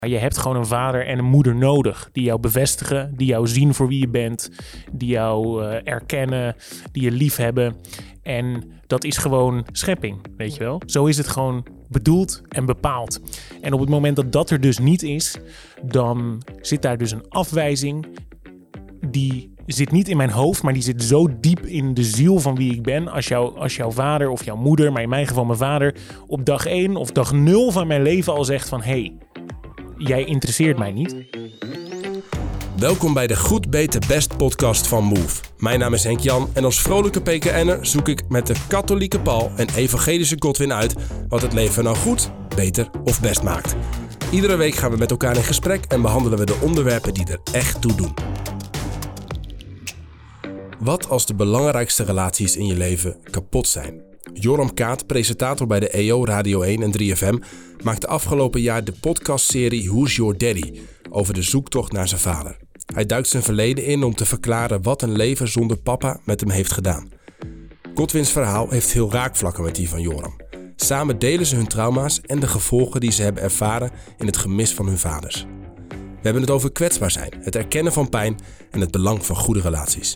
Je hebt gewoon een vader en een moeder nodig die jou bevestigen, die jou zien voor wie je bent, die jou erkennen, die je lief hebben. En dat is gewoon schepping, weet je wel. Zo is het gewoon bedoeld en bepaald. En op het moment dat dat er dus niet is, dan zit daar dus een afwijzing. Die zit niet in mijn hoofd, maar die zit zo diep in de ziel van wie ik ben. Als jouw vader of jouw moeder, maar in mijn geval mijn vader, op dag 1 of dag 0 van mijn leven al zegt van... hey, jij interesseert mij niet. Welkom bij de Goed, Beter, Best podcast van Move. Mijn naam is Henk Jan en als vrolijke PKN'er zoek ik met de katholieke Paul en evangelische Godwin uit wat het leven nou goed, beter of best maakt. Iedere week gaan we met elkaar in gesprek en behandelen we de onderwerpen die er echt toe doen. Wat als de belangrijkste relaties in je leven kapot zijn? Joram Kaat, presentator bij de EO, Radio 1 en 3FM, maakte afgelopen jaar de podcastserie Who's Your Daddy over de zoektocht naar zijn vader. Hij duikt zijn verleden in om te verklaren wat een leven zonder papa met hem heeft gedaan. Godwins verhaal heeft veel raakvlakken met die van Joram. Samen delen ze hun trauma's en de gevolgen die ze hebben ervaren in het gemis van hun vaders. We hebben het over kwetsbaar zijn, het erkennen van pijn en het belang van goede relaties.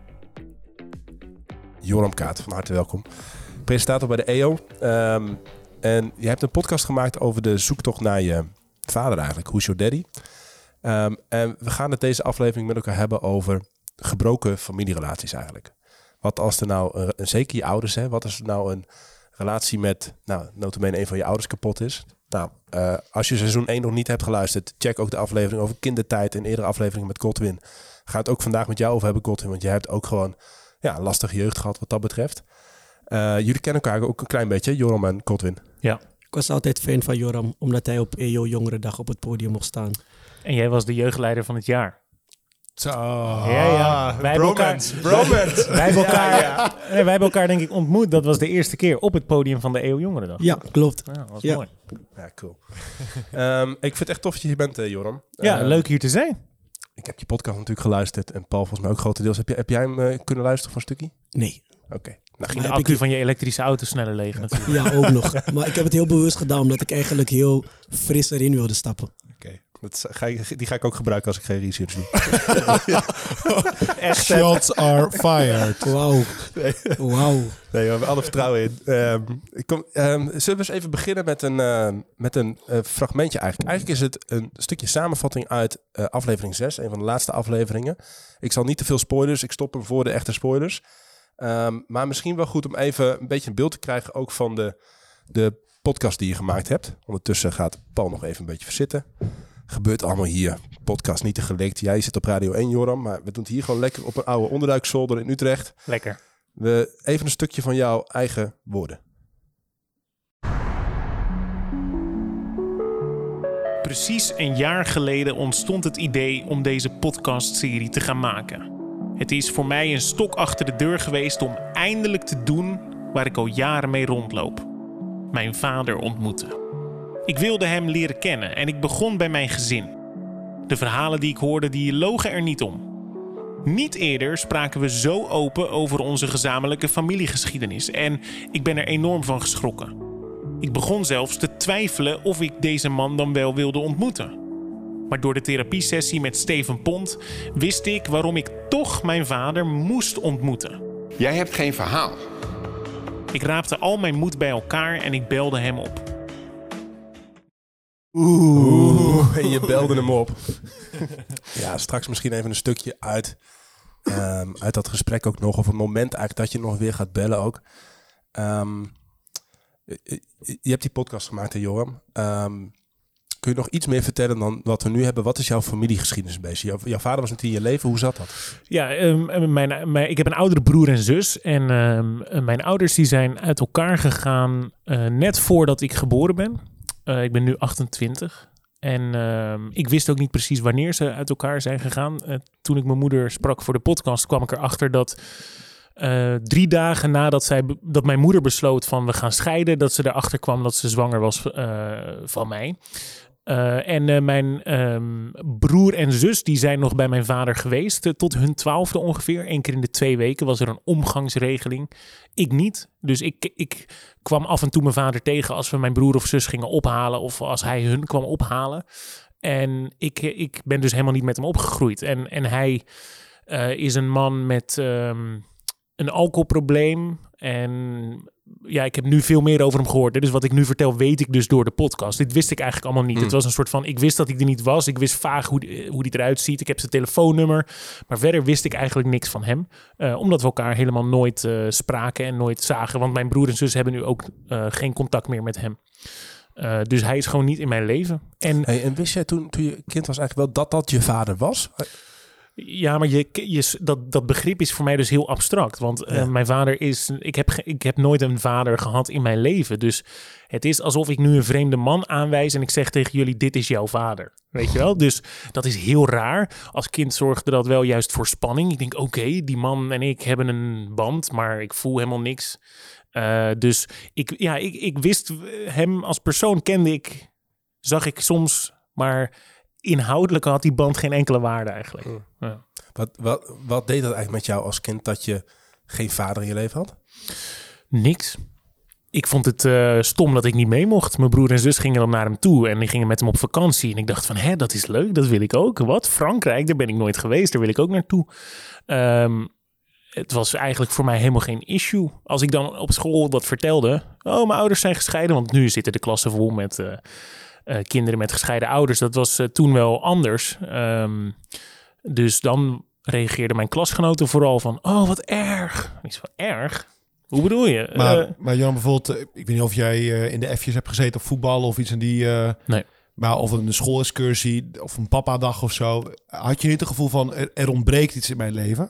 Joram Kaat, van harte welkom. Presentator bij de EO. En je hebt een podcast gemaakt over de zoektocht naar je vader eigenlijk. Who's your daddy? En we gaan het deze aflevering met elkaar hebben over gebroken familierelaties eigenlijk. Wat als er nou, zeker je ouders, hè, wat als er nou een relatie met, nota bene een van je ouders kapot is. Nou, als je seizoen 1 nog niet hebt geluisterd, check ook de aflevering over kindertijd en eerdere afleveringen met Godwin. Ga het ook vandaag met jou over hebben, Godwin, want jij hebt ook gewoon een lastige jeugd gehad wat dat betreft. Jullie kennen elkaar ook een klein beetje, Joram en Godwin. Ja. Ik was altijd fan van Joram, omdat hij op EO Jongerendag op het podium mocht staan. En jij was de jeugdleider van het jaar. Zo. Ja. Wij bromance. hebben elkaar denk ik ontmoet. Dat was de eerste keer op het podium van de EO Jongerendag. Ja, klopt. Ja, dat was Ja. mooi. Ja, cool. Ik vind het echt tof dat je hier bent, Joram. Ja, leuk hier te zijn. Ik heb je podcast natuurlijk geluisterd en Paul volgens mij ook grotendeels. Heb jij hem kunnen luisteren voor een stukje? Nee. Oké. Nou, ging de accu van je elektrische auto sneller leeg natuurlijk. Ja, ook nog. Maar ik heb het heel bewust gedaan, omdat ik eigenlijk heel fris erin wilde stappen. Oké. Die ga ik ook gebruiken als ik geen research doe. Echt, shots are fired. Wauw. Wauw. Nee, we hebben alle vertrouwen in. Zullen we eens even beginnen met een fragmentje eigenlijk. Eigenlijk is het een stukje samenvatting uit aflevering 6. Een van de laatste afleveringen. Ik zal niet te veel spoilers. Ik stop hem voor de echte spoilers. Maar misschien wel goed om even een beetje een beeld te krijgen ook van de podcast die je gemaakt hebt. Ondertussen gaat Paul nog even een beetje verzitten. Gebeurt allemaal hier. Podcast niet te gelekt. Jij zit op Radio 1, Joram. Maar we doen het hier gewoon lekker op een oude onderduikzolder in Utrecht. Lekker. Even een stukje van jouw eigen woorden. Precies een jaar geleden ontstond het idee om deze podcastserie te gaan maken. Het is voor mij een stok achter de deur geweest om eindelijk te doen waar ik al jaren mee rondloop. Mijn vader ontmoeten. Ik wilde hem leren kennen en ik begon bij mijn gezin. De verhalen die ik hoorde, die logen er niet om. Niet eerder spraken we zo open over onze gezamenlijke familiegeschiedenis en ik ben er enorm van geschrokken. Ik begon zelfs te twijfelen of ik deze man dan wel wilde ontmoeten. Maar door de therapiesessie met Steven Pont wist ik waarom ik toch mijn vader moest ontmoeten. Jij hebt geen verhaal. Ik raapte al mijn moed bij elkaar en ik belde hem op. En je belde hem op. Ja, straks misschien even een stukje uit dat gesprek ook nog. Of het moment eigenlijk dat je nog weer gaat bellen ook. Je hebt die podcast gemaakt, hè, Joram. Kun je nog iets meer vertellen dan wat we nu hebben? Wat is jouw familiegeschiedenis een beetje? Jouw vader was natuurlijk in je leven. Hoe zat dat? Ja, ik heb een oudere broer en zus. En mijn ouders die zijn uit elkaar gegaan net voordat ik geboren ben. Ik ben nu 28. En ik wist ook niet precies wanneer ze uit elkaar zijn gegaan. Toen ik mijn moeder sprak voor de podcast kwam ik erachter dat 3 dagen nadat dat mijn moeder besloot van we gaan scheiden, dat ze erachter kwam dat ze zwanger was van mij. En mijn broer en zus die zijn nog bij mijn vader geweest tot hun 12e ongeveer. 1 keer in de 2 weken was er een omgangsregeling. Ik niet. Dus ik kwam af en toe mijn vader tegen als we mijn broer of zus gingen ophalen of als hij hun kwam ophalen. En ik ben dus helemaal niet met hem opgegroeid. En hij is een man met een alcoholprobleem. En ja, ik heb nu veel meer over hem gehoord. Dus wat ik nu vertel, weet ik dus door de podcast. Dit wist ik eigenlijk allemaal niet. Het was een soort van, ik wist dat ik er niet was. Ik wist vaag hoe die eruit ziet. Ik heb zijn telefoonnummer. Maar verder wist ik eigenlijk niks van hem. Omdat we elkaar helemaal nooit spraken en nooit zagen. Want mijn broer en zus hebben nu ook geen contact meer met hem. Dus hij is gewoon niet in mijn leven. En wist jij toen je kind was eigenlijk wel dat je vader was? Ja, maar dat begrip is voor mij dus heel abstract. Want mijn vader is... Ik heb nooit een vader gehad in mijn leven. Dus het is alsof ik nu een vreemde man aanwijs en ik zeg tegen jullie, dit is jouw vader. Weet je wel? Dus dat is heel raar. Als kind zorgde dat wel juist voor spanning. Ik denk, oké, die man en ik hebben een band, maar ik voel helemaal niks. Dus ik wist hem als persoon, zag ik soms, maar inhoudelijk had die band geen enkele waarde eigenlijk. Ja. Wat deed dat eigenlijk met jou als kind dat je geen vader in je leven had? Niks. Ik vond het stom dat ik niet mee mocht. Mijn broer en zus gingen dan naar hem toe en die gingen met hem op vakantie. En ik dacht van, dat is leuk, dat wil ik ook. Wat? Frankrijk, daar ben ik nooit geweest, daar wil ik ook naartoe. Het was eigenlijk voor mij helemaal geen issue. Als ik dan op school dat vertelde, mijn ouders zijn gescheiden, want nu zitten de klassen vol met kinderen met gescheiden ouders. Dat was toen wel anders. Dus dan reageerden mijn klasgenoten vooral van, wat erg. Ik zei van, erg? Hoe bedoel je? Maar Jan, bijvoorbeeld, ik weet niet of jij in de F'jes hebt gezeten op voetbal of iets in die... Nee. Maar of een schoolexcursie of een papadag of zo. Had je niet het gevoel van, er ontbreekt iets in mijn leven?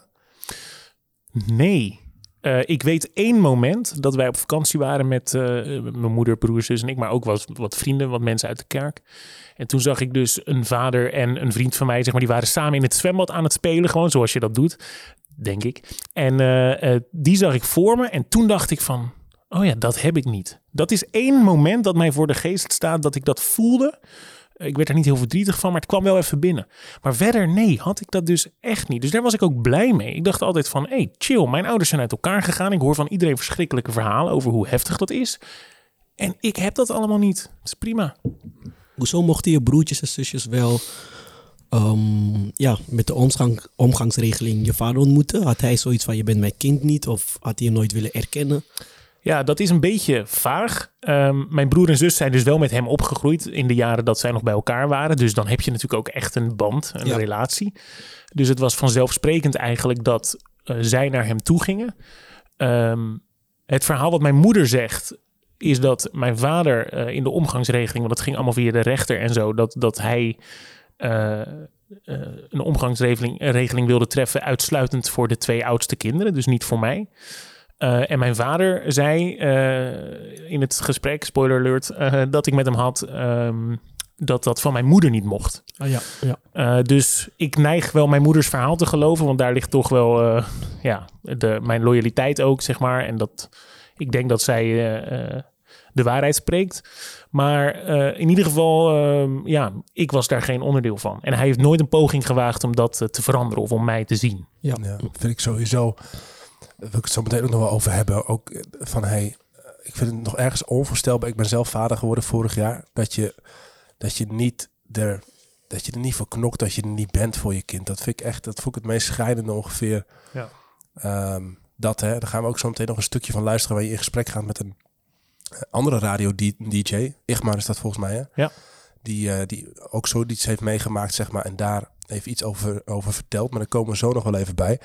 Nee. Ik weet 1 moment dat wij op vakantie waren met mijn moeder, broer, zus en ik, maar ook wat vrienden, wat mensen uit de kerk. En toen zag ik dus een vader en een vriend van mij, zeg maar, die waren samen in het zwembad aan het spelen, gewoon zoals je dat doet, denk ik. En die zag ik voor me en toen dacht ik van, dat heb ik niet. Dat is 1 moment dat mij voor de geest staat dat ik dat voelde. Ik werd er niet heel verdrietig van, maar het kwam wel even binnen. Maar verder, nee, had ik dat dus echt niet. Dus daar was ik ook blij mee. Ik dacht altijd van, chill, mijn ouders zijn uit elkaar gegaan. Ik hoor van iedereen verschrikkelijke verhalen over hoe heftig dat is. En ik heb dat allemaal niet. Het is prima. Hoezo mochten je broertjes en zusjes wel met de omgangsregeling je vader ontmoeten? Had hij zoiets van, je bent mijn kind niet? Of had hij je nooit willen erkennen? Ja, dat is een beetje vaag. Mijn broer en zus zijn dus wel met hem opgegroeid in de jaren dat zij nog bij elkaar waren. Dus dan heb je natuurlijk ook echt een band, een relatie. Dus het was vanzelfsprekend eigenlijk dat zij naar hem toe gingen. Het verhaal wat mijn moeder zegt is dat mijn vader in de omgangsregeling, want dat ging allemaal via de rechter en zo, dat hij een omgangsregeling wilde treffen uitsluitend voor de 2 oudste kinderen, dus niet voor mij. En mijn vader zei in het gesprek, spoiler alert, dat ik met hem had, dat van mijn moeder niet mocht. Dus ik neig wel mijn moeders verhaal te geloven, want daar ligt toch wel mijn loyaliteit ook, zeg maar. En ik denk dat zij de waarheid spreekt. Maar in ieder geval, ik was daar geen onderdeel van. En hij heeft nooit een poging gewaagd om dat te veranderen of om mij te zien. Ja, vind ik sowieso. Daar wil ik het zo meteen ook nog wel over hebben. Ook van, ik vind het nog ergens onvoorstelbaar. Ik ben zelf vader geworden vorig jaar. Dat je niet er niet voor knokt, dat je er niet bent voor je kind. Dat vond ik het meest schrijnende ongeveer. Ja. Daar gaan we ook zo meteen nog een stukje van luisteren, waar je in gesprek gaat met een andere radio-dj. Igmar is dat volgens mij, hè? Ja. Die ook zoiets heeft meegemaakt, zeg maar. En daar even iets over verteld. Maar daar komen we zo nog wel even bij.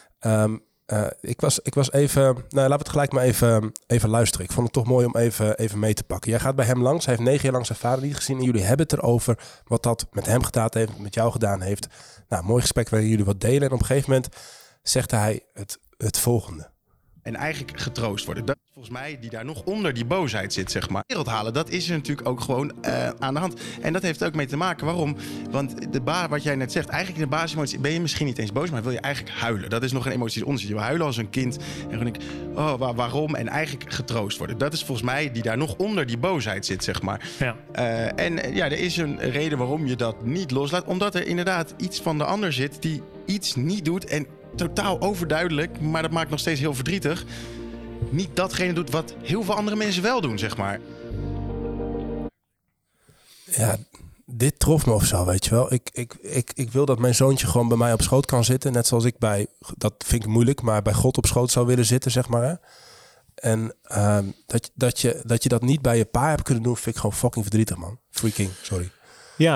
Ik was even... Nou, laten we het gelijk maar even luisteren. Ik vond het toch mooi om even mee te pakken. Jij gaat bij hem langs. Hij heeft 9 jaar lang zijn vader niet gezien. En jullie hebben het erover wat dat met hem gedaan heeft, met jou gedaan heeft. Nou, mooi gesprek waarin jullie wat delen. En op een gegeven moment zegt hij het volgende. En eigenlijk getroost worden. Dat is volgens mij die daar nog onder die boosheid zit, zeg maar. Wereld halen, dat is er natuurlijk ook gewoon aan de hand. En dat heeft ook mee te maken. Waarom? Want wat jij net zegt, eigenlijk in de basisemotie ben je misschien niet eens boos, maar wil je eigenlijk huilen. Dat is nog een emotie die onderzit. Je wil huilen als een kind. En dan denk ik, waarom? En eigenlijk getroost worden. Dat is volgens mij die daar nog onder die boosheid zit, zeg maar. Ja. Er is een reden waarom je dat niet loslaat. Omdat er inderdaad iets van de ander zit die iets niet doet en totaal overduidelijk, maar dat maakt nog steeds heel verdrietig, niet datgene doet wat heel veel andere mensen wel doen, zeg maar. Ja, dit trof me of zo, weet je wel. Ik wil dat mijn zoontje gewoon bij mij op schoot kan zitten. Net zoals ik dat vind ik moeilijk, maar bij God op schoot zou willen zitten, zeg maar. Hè? En dat je dat niet bij je pa hebt kunnen doen, vind ik gewoon fucking verdrietig, man. Freaking, sorry. Ja,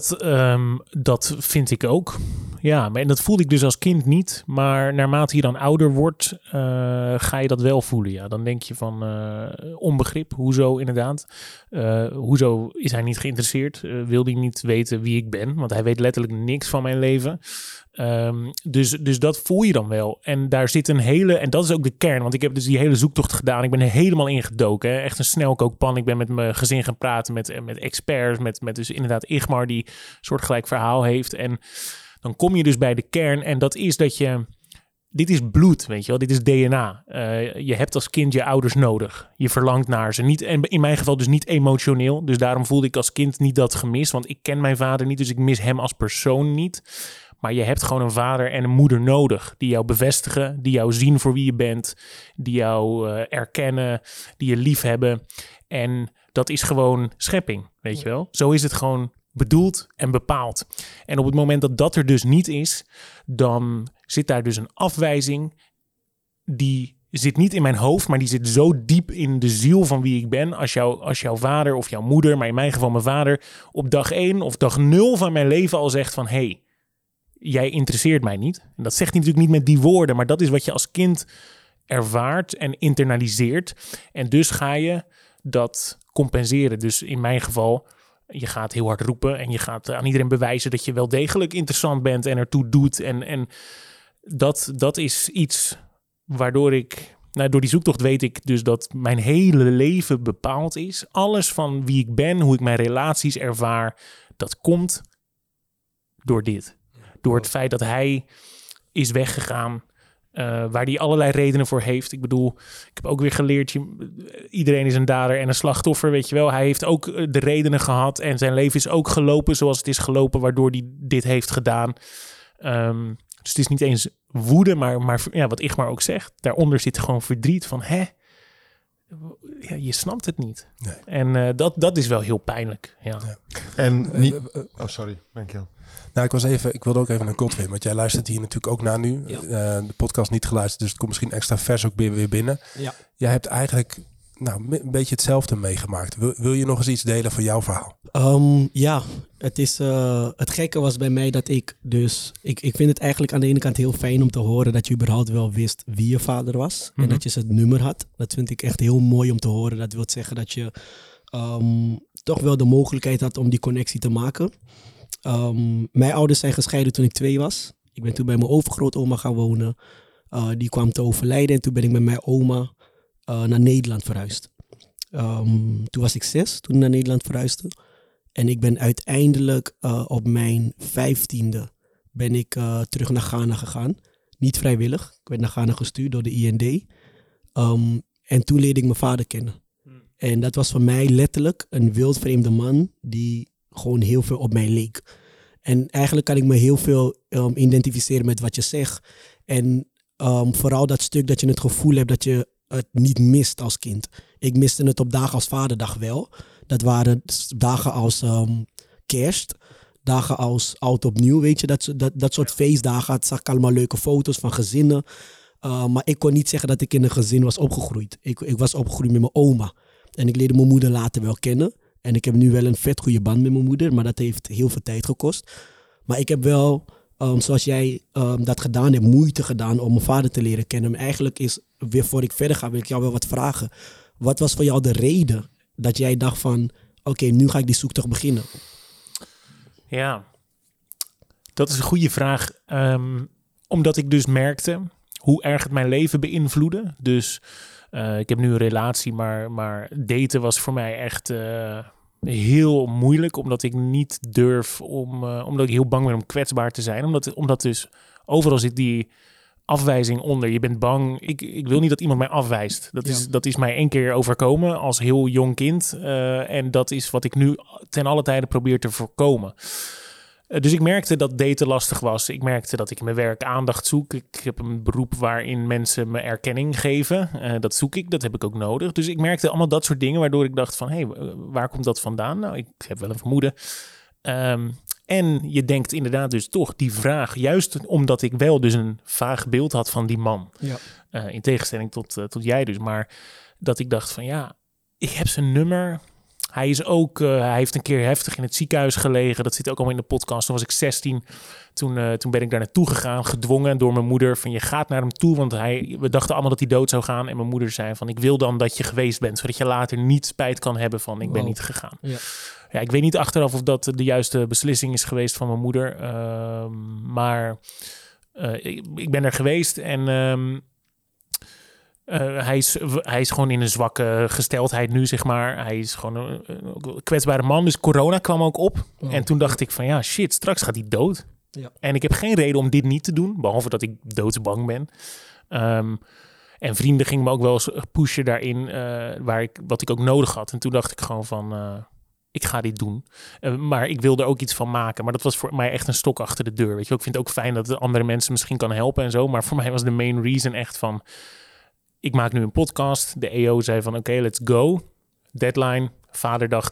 dat vind ik ook. Ja, maar dat voelde ik dus als kind niet. Maar naarmate je dan ouder wordt, ga je dat wel voelen. Ja, dan denk je van onbegrip. Hoezo inderdaad? Hoezo is hij niet geïnteresseerd? Wil hij niet weten wie ik ben? Want hij weet letterlijk niks van mijn leven. Dus dat voel je dan wel. En daar zit een hele... En dat is ook de kern. Want ik heb dus die hele zoektocht gedaan. Ik ben er helemaal ingedoken. Hè. Echt een snelkookpan. Ik ben met mijn gezin gaan praten. Met experts. Met dus inderdaad Igmar die een soortgelijk verhaal heeft. En dan kom je dus bij de kern. En dat is dat je... Dit is bloed, weet je wel. Dit is DNA. Je hebt als kind je ouders nodig. Je verlangt naar ze. Niet, en in mijn geval dus niet emotioneel. Dus daarom voelde ik als kind niet dat gemis. Want ik ken mijn vader niet. Dus ik mis hem als persoon niet. Maar je hebt gewoon een vader en een moeder nodig. Die jou bevestigen. Die jou zien voor wie je bent. Die jou erkennen. Die je lief hebben. En dat is gewoon schepping, weet je wel. Zo is het gewoon bedoeld en bepaald. En op het moment dat dat er dus niet is, dan zit daar dus een afwijzing. Die zit niet in mijn hoofd, maar die zit zo diep in de ziel van wie ik ben. Als jouw vader of jouw moeder, maar in mijn geval mijn vader, op dag 1 of dag 0 van mijn leven al zegt van... hey, jij interesseert mij niet. En dat zegt hij natuurlijk niet met die woorden, maar dat is wat je als kind ervaart en internaliseert. En dus ga je dat compenseren. Dus in mijn geval, je gaat heel hard roepen en je gaat aan iedereen bewijzen dat je wel degelijk interessant bent en ertoe doet. En dat is iets waardoor ik... Nou, door die zoektocht weet ik dus dat mijn hele leven bepaald is. Alles van wie ik ben, hoe ik mijn relaties ervaar, dat komt door dit. Door het feit dat hij is weggegaan, waar hij allerlei redenen voor heeft. Ik bedoel, ik heb ook weer geleerd, iedereen is een dader en een slachtoffer, weet je wel. Hij heeft ook de redenen gehad en zijn leven is ook gelopen zoals het is gelopen, waardoor hij dit heeft gedaan. Dus het is niet eens woede, maar ja, wat Igmar ook zegt, daaronder zit gewoon verdriet van, ja, je snapt het niet. Nee. En dat is wel heel pijnlijk. Ja. Ja. En niet... Oh, sorry. Dankjewel. Nou, ik wilde ook even naar Godwin, want jij luistert hier natuurlijk ook naar nu. Ja. De podcast niet geluisterd, dus het komt misschien extra vers ook weer binnen. Ja. Jij hebt eigenlijk een beetje hetzelfde meegemaakt. Wil je nog eens iets delen van jouw verhaal? Ja, het gekke was bij mij dat ik vind het eigenlijk aan de ene kant heel fijn om te horen dat je überhaupt wel wist wie je vader was. En dat je zijn nummer had. Dat vind ik echt heel mooi om te horen. Dat wil zeggen dat je toch wel de mogelijkheid had om die connectie te maken. Mijn ouders zijn gescheiden toen ik 2 was. Ik ben toen bij mijn overgrootoma gaan wonen. Die kwam te overlijden en toen ben ik met mijn oma naar Nederland verhuisd. Toen was ik 6 toen ik naar Nederland verhuisde. En ik ben uiteindelijk op mijn 15e ben ik terug naar Ghana gegaan. Niet vrijwillig. Ik werd naar Ghana gestuurd door de IND. En toen leerde ik mijn vader kennen. En dat was voor mij letterlijk een wildvreemde man die gewoon heel veel op mij leek. En eigenlijk kan ik me heel veel identificeren met wat je zegt. En vooral dat stuk dat je het gevoel hebt dat je het niet mist als kind. Ik miste het op dagen als vaderdag wel. Dat waren dagen als kerst, dagen als oud opnieuw, weet je. Dat soort feestdagen zag ik allemaal leuke foto's van gezinnen. Maar ik kon niet zeggen dat ik in een gezin was opgegroeid. Ik was opgegroeid met mijn oma. En ik leerde mijn moeder later wel kennen. En ik heb nu wel een vet goede band met mijn moeder, maar dat heeft heel veel tijd gekost. Maar ik heb wel, zoals jij dat gedaan hebt, moeite gedaan om mijn vader te leren kennen. Maar eigenlijk is, weer voor ik verder ga, wil ik jou wel wat vragen. Wat was voor jou de reden dat jij dacht van, oké, nu ga ik die zoektocht beginnen? Ja, dat is een goede vraag. Omdat ik dus merkte hoe erg het mijn leven beïnvloedde. Dus ik heb nu een relatie, maar daten was voor mij echt heel moeilijk. Omdat ik niet durf, omdat ik heel bang ben om kwetsbaar te zijn. Omdat dus overal zit die afwijzing onder. Je bent bang. Ik wil niet dat iemand mij afwijst. Dat is mij 1 keer overkomen als heel jong kind. En dat is wat ik nu ten alle tijde probeer te voorkomen. Dus ik merkte dat daten lastig was. Ik merkte dat ik in mijn werk aandacht zoek. Ik heb een beroep waarin mensen me erkenning geven. Dat zoek ik, dat heb ik ook nodig. Dus ik merkte allemaal dat soort dingen waardoor ik dacht van, hé, waar komt dat vandaan? Nou, ik heb wel een vermoeden. En je denkt inderdaad dus toch die vraag, juist omdat ik wel dus een vaag beeld had van die man. Ja. In tegenstelling tot jij dus. Maar dat ik dacht van ja, ik heb zijn nummer. Hij is ook, hij heeft een keer heftig in het ziekenhuis gelegen. Dat zit ook allemaal in de podcast. Toen was ik 16. Toen ben ik daar naartoe gegaan, gedwongen door mijn moeder. Van je gaat naar hem toe, want we dachten allemaal dat hij dood zou gaan. En mijn moeder zei van ik wil dan dat je geweest bent. Zodat je later niet spijt kan hebben van ik ben niet gegaan. Ja. Ja, ik weet niet achteraf of dat de juiste beslissing is geweest van mijn moeder. Maar ik ben er geweest en hij is gewoon in een zwakke gesteldheid nu, zeg maar. Hij is gewoon een kwetsbare man. Dus corona kwam ook op. Oh. En toen dacht ik van ja, shit, straks gaat hij dood. Ja. En ik heb geen reden om dit niet te doen. Behalve dat ik doodsbang ben. En vrienden gingen me ook wel eens pushen daarin. Wat ik ook nodig had. En toen dacht ik gewoon van ik ga dit doen. Maar ik wilde er ook iets van maken. Maar dat was voor mij echt een stok achter de deur. Weet je? Ik vind het ook fijn dat andere mensen misschien kan helpen en zo. Maar voor mij was de main reason echt van ik maak nu een podcast. De EO zei van oké, let's go. Deadline, Vaderdag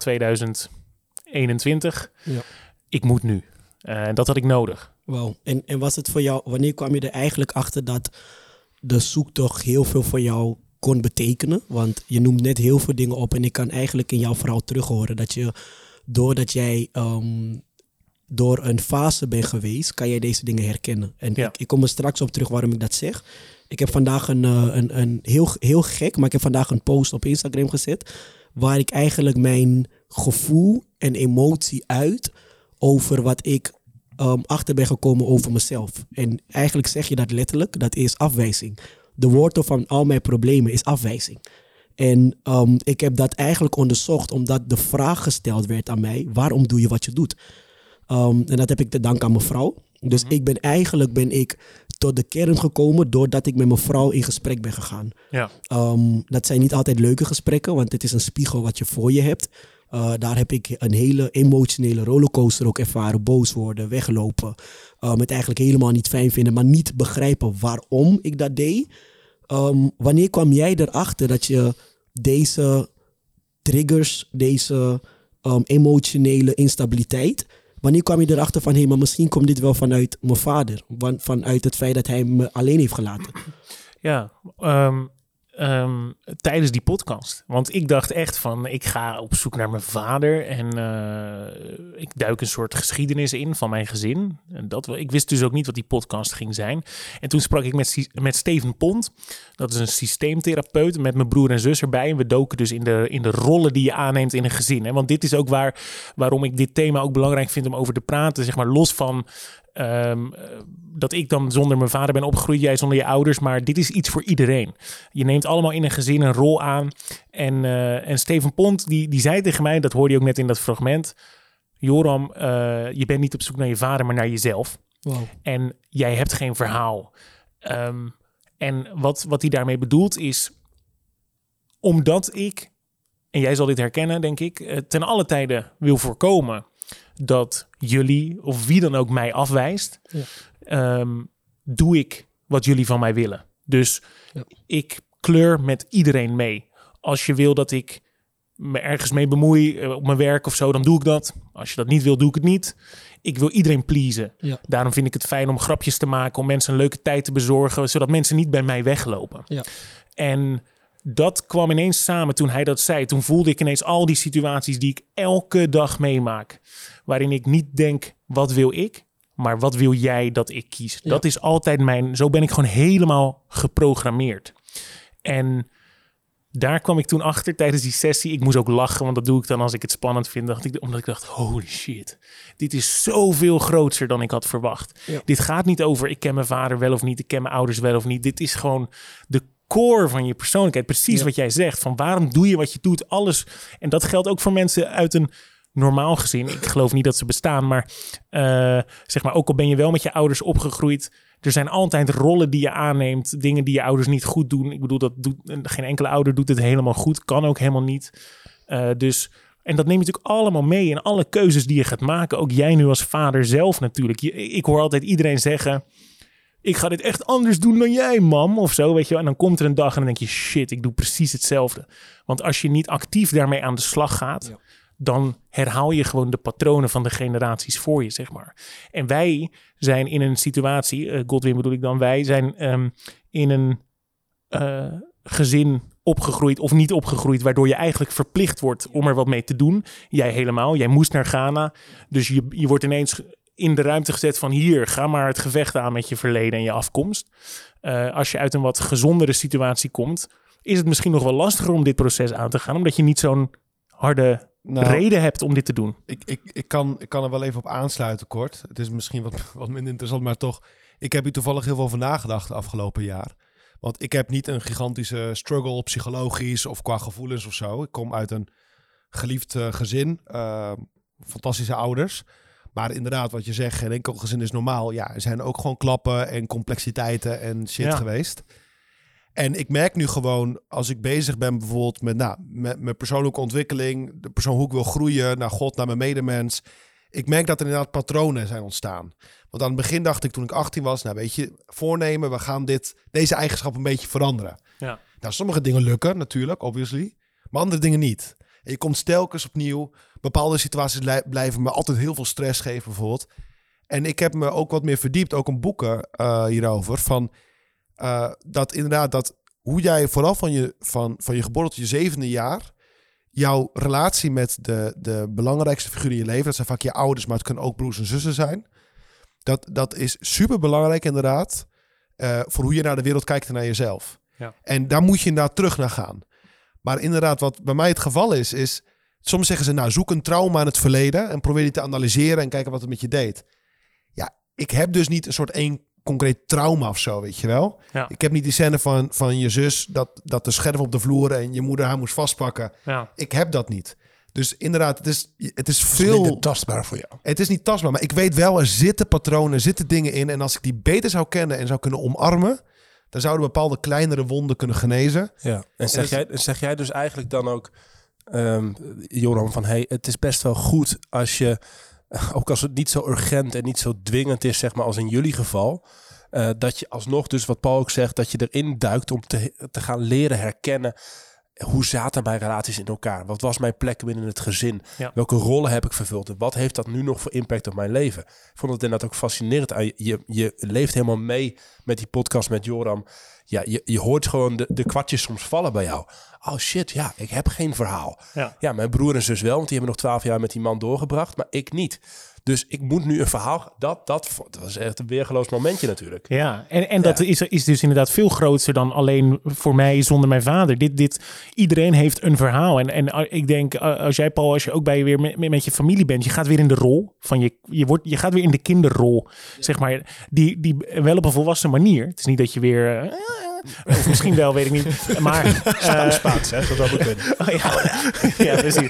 2021. Ja. Ik moet nu. Dat had ik nodig. Wow. En was het voor jou, wanneer kwam je er eigenlijk achter dat de zoektocht heel veel voor jou kon betekenen? Want je noemt net heel veel dingen op en ik kan eigenlijk in jouw verhaal terug horen dat je, doordat jij door een fase bent geweest, kan jij deze dingen herkennen. En ik kom er straks op terug waarom ik dat zeg. Ik heb vandaag een heel gek, maar ik heb vandaag een post op Instagram gezet waar ik eigenlijk mijn gevoel en emotie uit over wat ik achter ben gekomen over mezelf. En eigenlijk zeg je dat letterlijk, dat is afwijzing. De wortel van al mijn problemen is afwijzing. En ik heb dat eigenlijk onderzocht omdat de vraag gesteld werd aan mij, waarom doe je wat je doet? En dat heb ik te danken aan mijn vrouw. Dus ik ben tot de kern gekomen doordat ik met mijn vrouw in gesprek ben gegaan. Ja. Dat zijn niet altijd leuke gesprekken, want het is een spiegel wat je voor je hebt. Daar heb ik een hele emotionele rollercoaster ook ervaren. Boos worden, weglopen. Het eigenlijk helemaal niet fijn vinden, maar niet begrijpen waarom ik dat deed. Wanneer kwam jij erachter dat je deze triggers, deze emotionele instabiliteit, wanneer kwam je erachter van hé, maar misschien komt dit wel vanuit mijn vader. Vanuit het feit dat hij me alleen heeft gelaten. Ja, tijdens die podcast. Want ik dacht echt van, ik ga op zoek naar mijn vader en ik duik een soort geschiedenis in van mijn gezin. En ik wist dus ook niet wat die podcast ging zijn. En toen sprak ik met Steven Pont. Dat is een systeemtherapeut met mijn broer en zus erbij. En we doken dus in de rollen die je aanneemt in een gezin. Hè? Want dit is ook waarom ik dit thema ook belangrijk vind om over te praten. Zeg maar los van dat ik dan zonder mijn vader ben opgegroeid, jij zonder je ouders, maar dit is iets voor iedereen. Je neemt allemaal in een gezin een rol aan. En Steven Pont, die zei tegen mij, dat hoorde je ook net in dat fragment, Joram, je bent niet op zoek naar je vader, maar naar jezelf. Wow. En jij hebt geen verhaal. En wat hij daarmee bedoelt is, omdat ik, en jij zal dit herkennen, denk ik, ten alle tijden wil voorkomen dat jullie of wie dan ook mij afwijst, doe ik wat jullie van mij willen. Dus ik kleur met iedereen mee. Als je wil dat ik me ergens mee bemoei op mijn werk of zo, dan doe ik dat. Als je dat niet wil, doe ik het niet. Ik wil iedereen pleasen. Ja. Daarom vind ik het fijn om grapjes te maken, om mensen een leuke tijd te bezorgen, zodat mensen niet bij mij weglopen. Ja. En dat kwam ineens samen toen hij dat zei. Toen voelde ik ineens al die situaties die ik elke dag meemaak, waarin ik niet denk, wat wil ik? Maar wat wil jij dat ik kies? Ja. Dat is altijd zo ben ik gewoon helemaal geprogrammeerd. En daar kwam ik toen achter tijdens die sessie. Ik moest ook lachen, want dat doe ik dan als ik het spannend vind. Omdat ik dacht, holy shit. Dit is zoveel groter dan ik had verwacht. Ja. Dit gaat niet over, ik ken mijn vader wel of niet. Ik ken mijn ouders wel of niet. Dit is gewoon de core van je persoonlijkheid. Precies wat jij zegt. Van waarom doe je wat je doet? Alles. En dat geldt ook voor mensen uit een normaal gezin. Ik geloof niet dat ze bestaan, maar zeg maar, ook al ben je wel met je ouders opgegroeid, er zijn altijd rollen die je aanneemt, dingen die je ouders niet goed doen. Ik bedoel, geen enkele ouder doet het helemaal goed, kan ook helemaal niet. En dat neem je natuurlijk allemaal mee in alle keuzes die je gaat maken. Ook jij nu als vader zelf natuurlijk. Ik hoor altijd iedereen zeggen, ik ga dit echt anders doen dan jij, mam, of zo, weet je wel. En dan komt er een dag en dan denk je, shit, ik doe precies hetzelfde. Want als je niet actief daarmee aan de slag gaat, dan herhaal je gewoon de patronen van de generaties voor je, zeg maar. En wij zijn in een situatie, Godwin bedoel ik dan, wij zijn in een gezin opgegroeid of niet opgegroeid, waardoor je eigenlijk verplicht wordt om er wat mee te doen. Jij helemaal, jij moest naar Ghana. Dus je wordt ineens in de ruimte gezet van hier, ga maar het gevecht aan met je verleden en je afkomst. Als je uit een wat gezondere situatie komt, is het misschien nog wel lastiger om dit proces aan te gaan, omdat je niet zo'n harde reden hebt om dit te doen. Ik kan er wel even op aansluiten kort. Het is misschien wat minder interessant, maar toch. Ik heb hier toevallig heel veel over nagedacht het afgelopen jaar. Want ik heb niet een gigantische struggle psychologisch of qua gevoelens of zo. Ik kom uit een geliefd gezin. Fantastische ouders. Maar inderdaad, wat je zegt, geen enkel gezin is normaal. Ja, er zijn ook gewoon klappen en complexiteiten en shit geweest. En ik merk nu gewoon, als ik bezig ben bijvoorbeeld met mijn persoonlijke ontwikkeling, de persoon hoe ik wil groeien, naar God, naar mijn medemens. Ik merk dat er inderdaad patronen zijn ontstaan. Want aan het begin dacht ik toen ik 18 was, nou weet je, voornemen, we gaan deze eigenschap een beetje veranderen. Ja. Nou, sommige dingen lukken natuurlijk, obviously, maar andere dingen niet. En je komt telkens opnieuw, bepaalde situaties blijven me altijd heel veel stress geven bijvoorbeeld. En ik heb me ook wat meer verdiept, ook in boeken hierover, van dat inderdaad, dat hoe jij vooral van je geboorte tot je 7e jaar, jouw relatie met de belangrijkste figuren in je leven, dat zijn vaak je ouders, maar het kunnen ook broers en zussen zijn. Dat is super belangrijk inderdaad, voor hoe je naar de wereld kijkt en naar jezelf. Ja. En daar moet je inderdaad terug naar gaan. Maar inderdaad, wat bij mij het geval is soms zeggen ze, nou, zoek een trauma in het verleden en probeer die te analyseren en kijken wat het met je deed. Ja, ik heb dus niet een soort één concreet trauma of zo, weet je wel. Ja. Ik heb niet die scène van je zus dat de scherf op de vloer en je moeder haar moest vastpakken. Ja. Ik heb dat niet. Dus inderdaad, het is veel... Het is niet tastbaar voor jou. Het is niet tastbaar, maar ik weet wel, er zitten patronen, er zitten dingen in. En als ik die beter zou kennen en zou kunnen omarmen, dan zouden bepaalde kleinere wonden kunnen genezen. Ja. En zeg jij dus eigenlijk dan ook, Joram, van hey, het is best wel goed als je, ook als het niet zo urgent en niet zo dwingend is, zeg maar, als in jullie geval, dat je alsnog, dus wat Paul ook zegt, dat je erin duikt om te gaan leren herkennen, hoe zaten mijn relaties in elkaar? Wat was mijn plek binnen het gezin? Ja. Welke rollen heb ik vervuld? En wat heeft dat nu nog voor impact op mijn leven? Ik vond het inderdaad ook fascinerend. Je leeft helemaal mee met die podcast met Joram. Ja, je hoort gewoon de kwartjes soms vallen bij jou. Oh shit, ja, ik heb geen verhaal. Ja, mijn broer en zus wel, want die hebben nog 12 jaar met die man doorgebracht, maar ik niet. Dus ik moet nu een verhaal... Dat was echt een weergeloos momentje natuurlijk. Ja, en dat is dus inderdaad veel groter dan alleen voor mij zonder mijn vader. Iedereen heeft een verhaal. En ik denk, als jij, Paul, als je ook weer met je familie bent, je gaat weer in de rol van je gaat weer in de kinderrol, zeg maar, die wel op een volwassen manier. Het is niet dat je weer... of misschien wel, weet ik niet. Maar Spaans, hè? Dat zou ook kunnen. Ja, precies.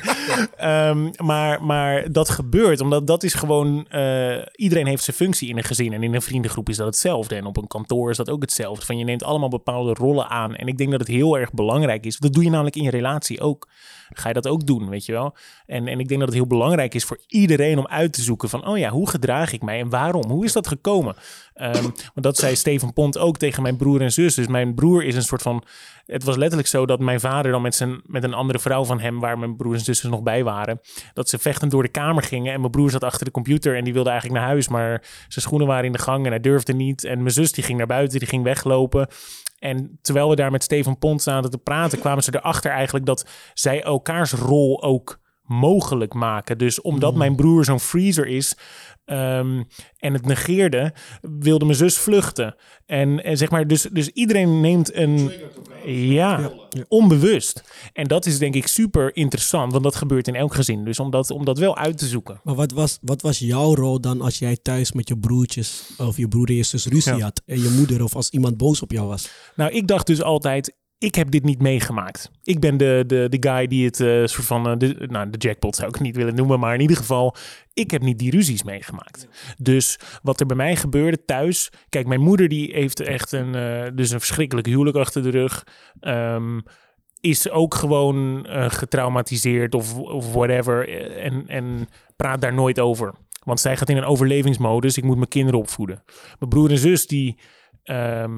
Maar dat gebeurt, omdat dat is gewoon... iedereen heeft zijn functie in een gezin. En in een vriendengroep is dat hetzelfde. En op een kantoor is dat ook hetzelfde. Van je neemt allemaal bepaalde rollen aan. En ik denk dat het heel erg belangrijk is. Dat doe je namelijk in je relatie ook. Dan ga je dat ook doen, weet je wel. En ik denk dat het heel belangrijk is voor iedereen om uit te zoeken van, oh ja, hoe gedraag ik mij en waarom? Hoe is dat gekomen? Want dat zei Steven Pont ook tegen mijn broer en zus. Dus mijn broer is een soort van... Het was letterlijk zo dat mijn vader dan met een andere vrouw van hem, waar mijn broers en zussen nog bij waren, dat ze vechtend door de kamer gingen. En mijn broer zat achter de computer en die wilde eigenlijk naar huis, maar zijn schoenen waren in de gang en hij durfde niet. En mijn zus die ging naar buiten, die ging weglopen. En terwijl we daar met Steven Pont zaten te praten, kwamen ze erachter eigenlijk dat zij elkaars rol ook mogelijk maken. Dus omdat mijn broer zo'n freezer is en het negeerde, wilde mijn zus vluchten. En zeg maar, dus iedereen neemt een... Ja, onbewust. En dat is denk ik super interessant, want dat gebeurt in elk gezin. Dus om dat wel uit te zoeken. Maar wat was jouw rol dan als jij thuis met je broertjes of je broer en je zus ruzie had en je moeder, of als iemand boos op jou was? Nou, ik dacht dus altijd, ik heb dit niet meegemaakt. Ik ben de guy die het soort van... de jackpot zou ik het niet willen noemen, maar in ieder geval, ik heb niet die ruzies meegemaakt. Dus wat er bij mij gebeurde thuis... Kijk, mijn moeder die heeft echt een verschrikkelijk huwelijk achter de rug. Is ook gewoon getraumatiseerd of whatever. En praat daar nooit over. Want zij gaat in een overlevingsmodus. Ik moet mijn kinderen opvoeden. Mijn broer en zus die...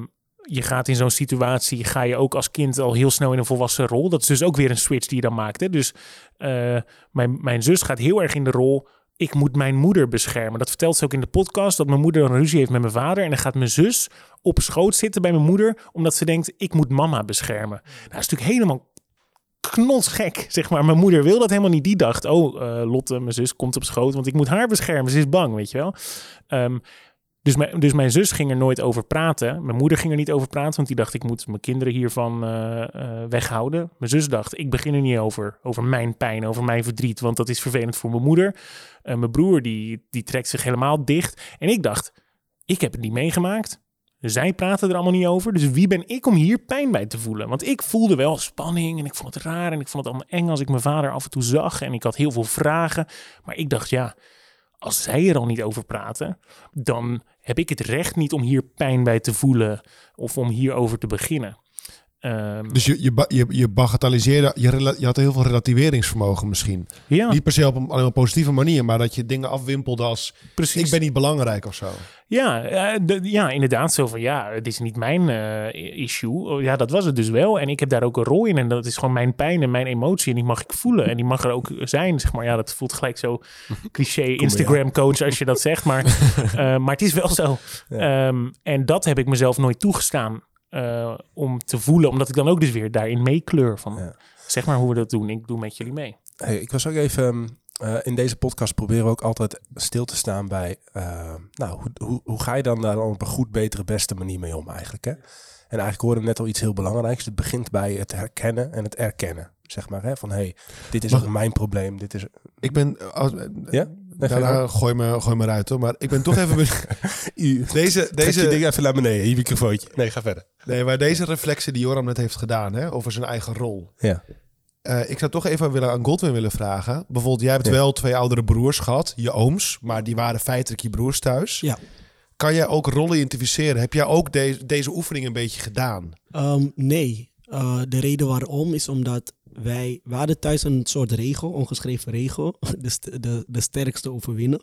je gaat in zo'n situatie, ga je ook als kind al heel snel in een volwassen rol. Dat is dus ook weer een switch die je dan maakt. Hè? Dus mijn zus gaat heel erg in de rol, ik moet mijn moeder beschermen. Dat vertelt ze ook in de podcast, dat mijn moeder een ruzie heeft met mijn vader. En dan gaat mijn zus op schoot zitten bij mijn moeder, omdat ze denkt, ik moet mama beschermen. Nou, dat is natuurlijk helemaal knotsgek, zeg maar. Mijn moeder wil dat helemaal niet. Die dacht, Lotte, mijn zus, komt op schoot, want ik moet haar beschermen. Ze is bang, weet je wel. Dus mijn zus ging er nooit over praten. Mijn moeder ging er niet over praten, want die dacht, ik moet mijn kinderen hiervan weghouden. Mijn zus dacht, ik begin er niet over mijn pijn, over mijn verdriet, want dat is vervelend voor mijn moeder. Mijn broer, die trekt zich helemaal dicht. En ik dacht, ik heb het niet meegemaakt. Zij praten er allemaal niet over. Dus wie ben ik om hier pijn bij te voelen? Want ik voelde wel spanning en ik vond het raar en ik vond het allemaal eng als ik mijn vader af en toe zag. En ik had heel veel vragen. Maar ik dacht, ja, als zij er al niet over praten, dan heb ik het recht niet om hier pijn bij te voelen of om hierover te beginnen. Dus je bagatelliseerde, je had heel veel relativeringsvermogen misschien. Ja. Niet per se op een positieve manier, maar dat je dingen afwimpelde als, Precies. Ik ben niet belangrijk of zo. Ja, inderdaad. Zo van, ja, het is niet mijn issue. Ja, dat was het dus wel. En ik heb daar ook een rol in. En dat is gewoon mijn pijn en mijn emotie. En die mag ik voelen. En die mag er ook zijn, zeg maar. Ja, dat voelt gelijk zo cliché Instagram-coach als je dat zegt. Maar het is wel zo. Ja. En dat heb ik mezelf nooit toegestaan om te voelen. Omdat ik dan ook dus weer daarin meekleur van... Ja. Zeg maar hoe we dat doen. Ik doe met jullie mee. Hey, ik was ook even... in deze podcast proberen we ook altijd stil te staan bij... hoe ga je dan daar op een goed, betere, beste manier mee om eigenlijk? Hè? En eigenlijk hoorde net al iets heel belangrijks. Het begint bij het herkennen en het erkennen. Zeg maar, hè? Van dit is ook mijn probleem. Dit is... Ik ben... Ja? Gooi me eruit hoor. Maar ik ben toch even... deze ding even naar beneden, je microfoontje. Nee, ga verder. Nee, maar deze reflectie die Joram net heeft gedaan, hè, over zijn eigen rol. Ja. Ik zou toch even aan Godwin willen vragen. Bijvoorbeeld, jij hebt wel 2 oudere broers gehad, je ooms, maar die waren feitelijk je broers thuis. Ja. Kan jij ook rollen identificeren? Heb jij ook deze oefening een beetje gedaan? Nee. De reden waarom is omdat we hadden thuis een soort regel, ongeschreven regel. De sterkste overwinnen.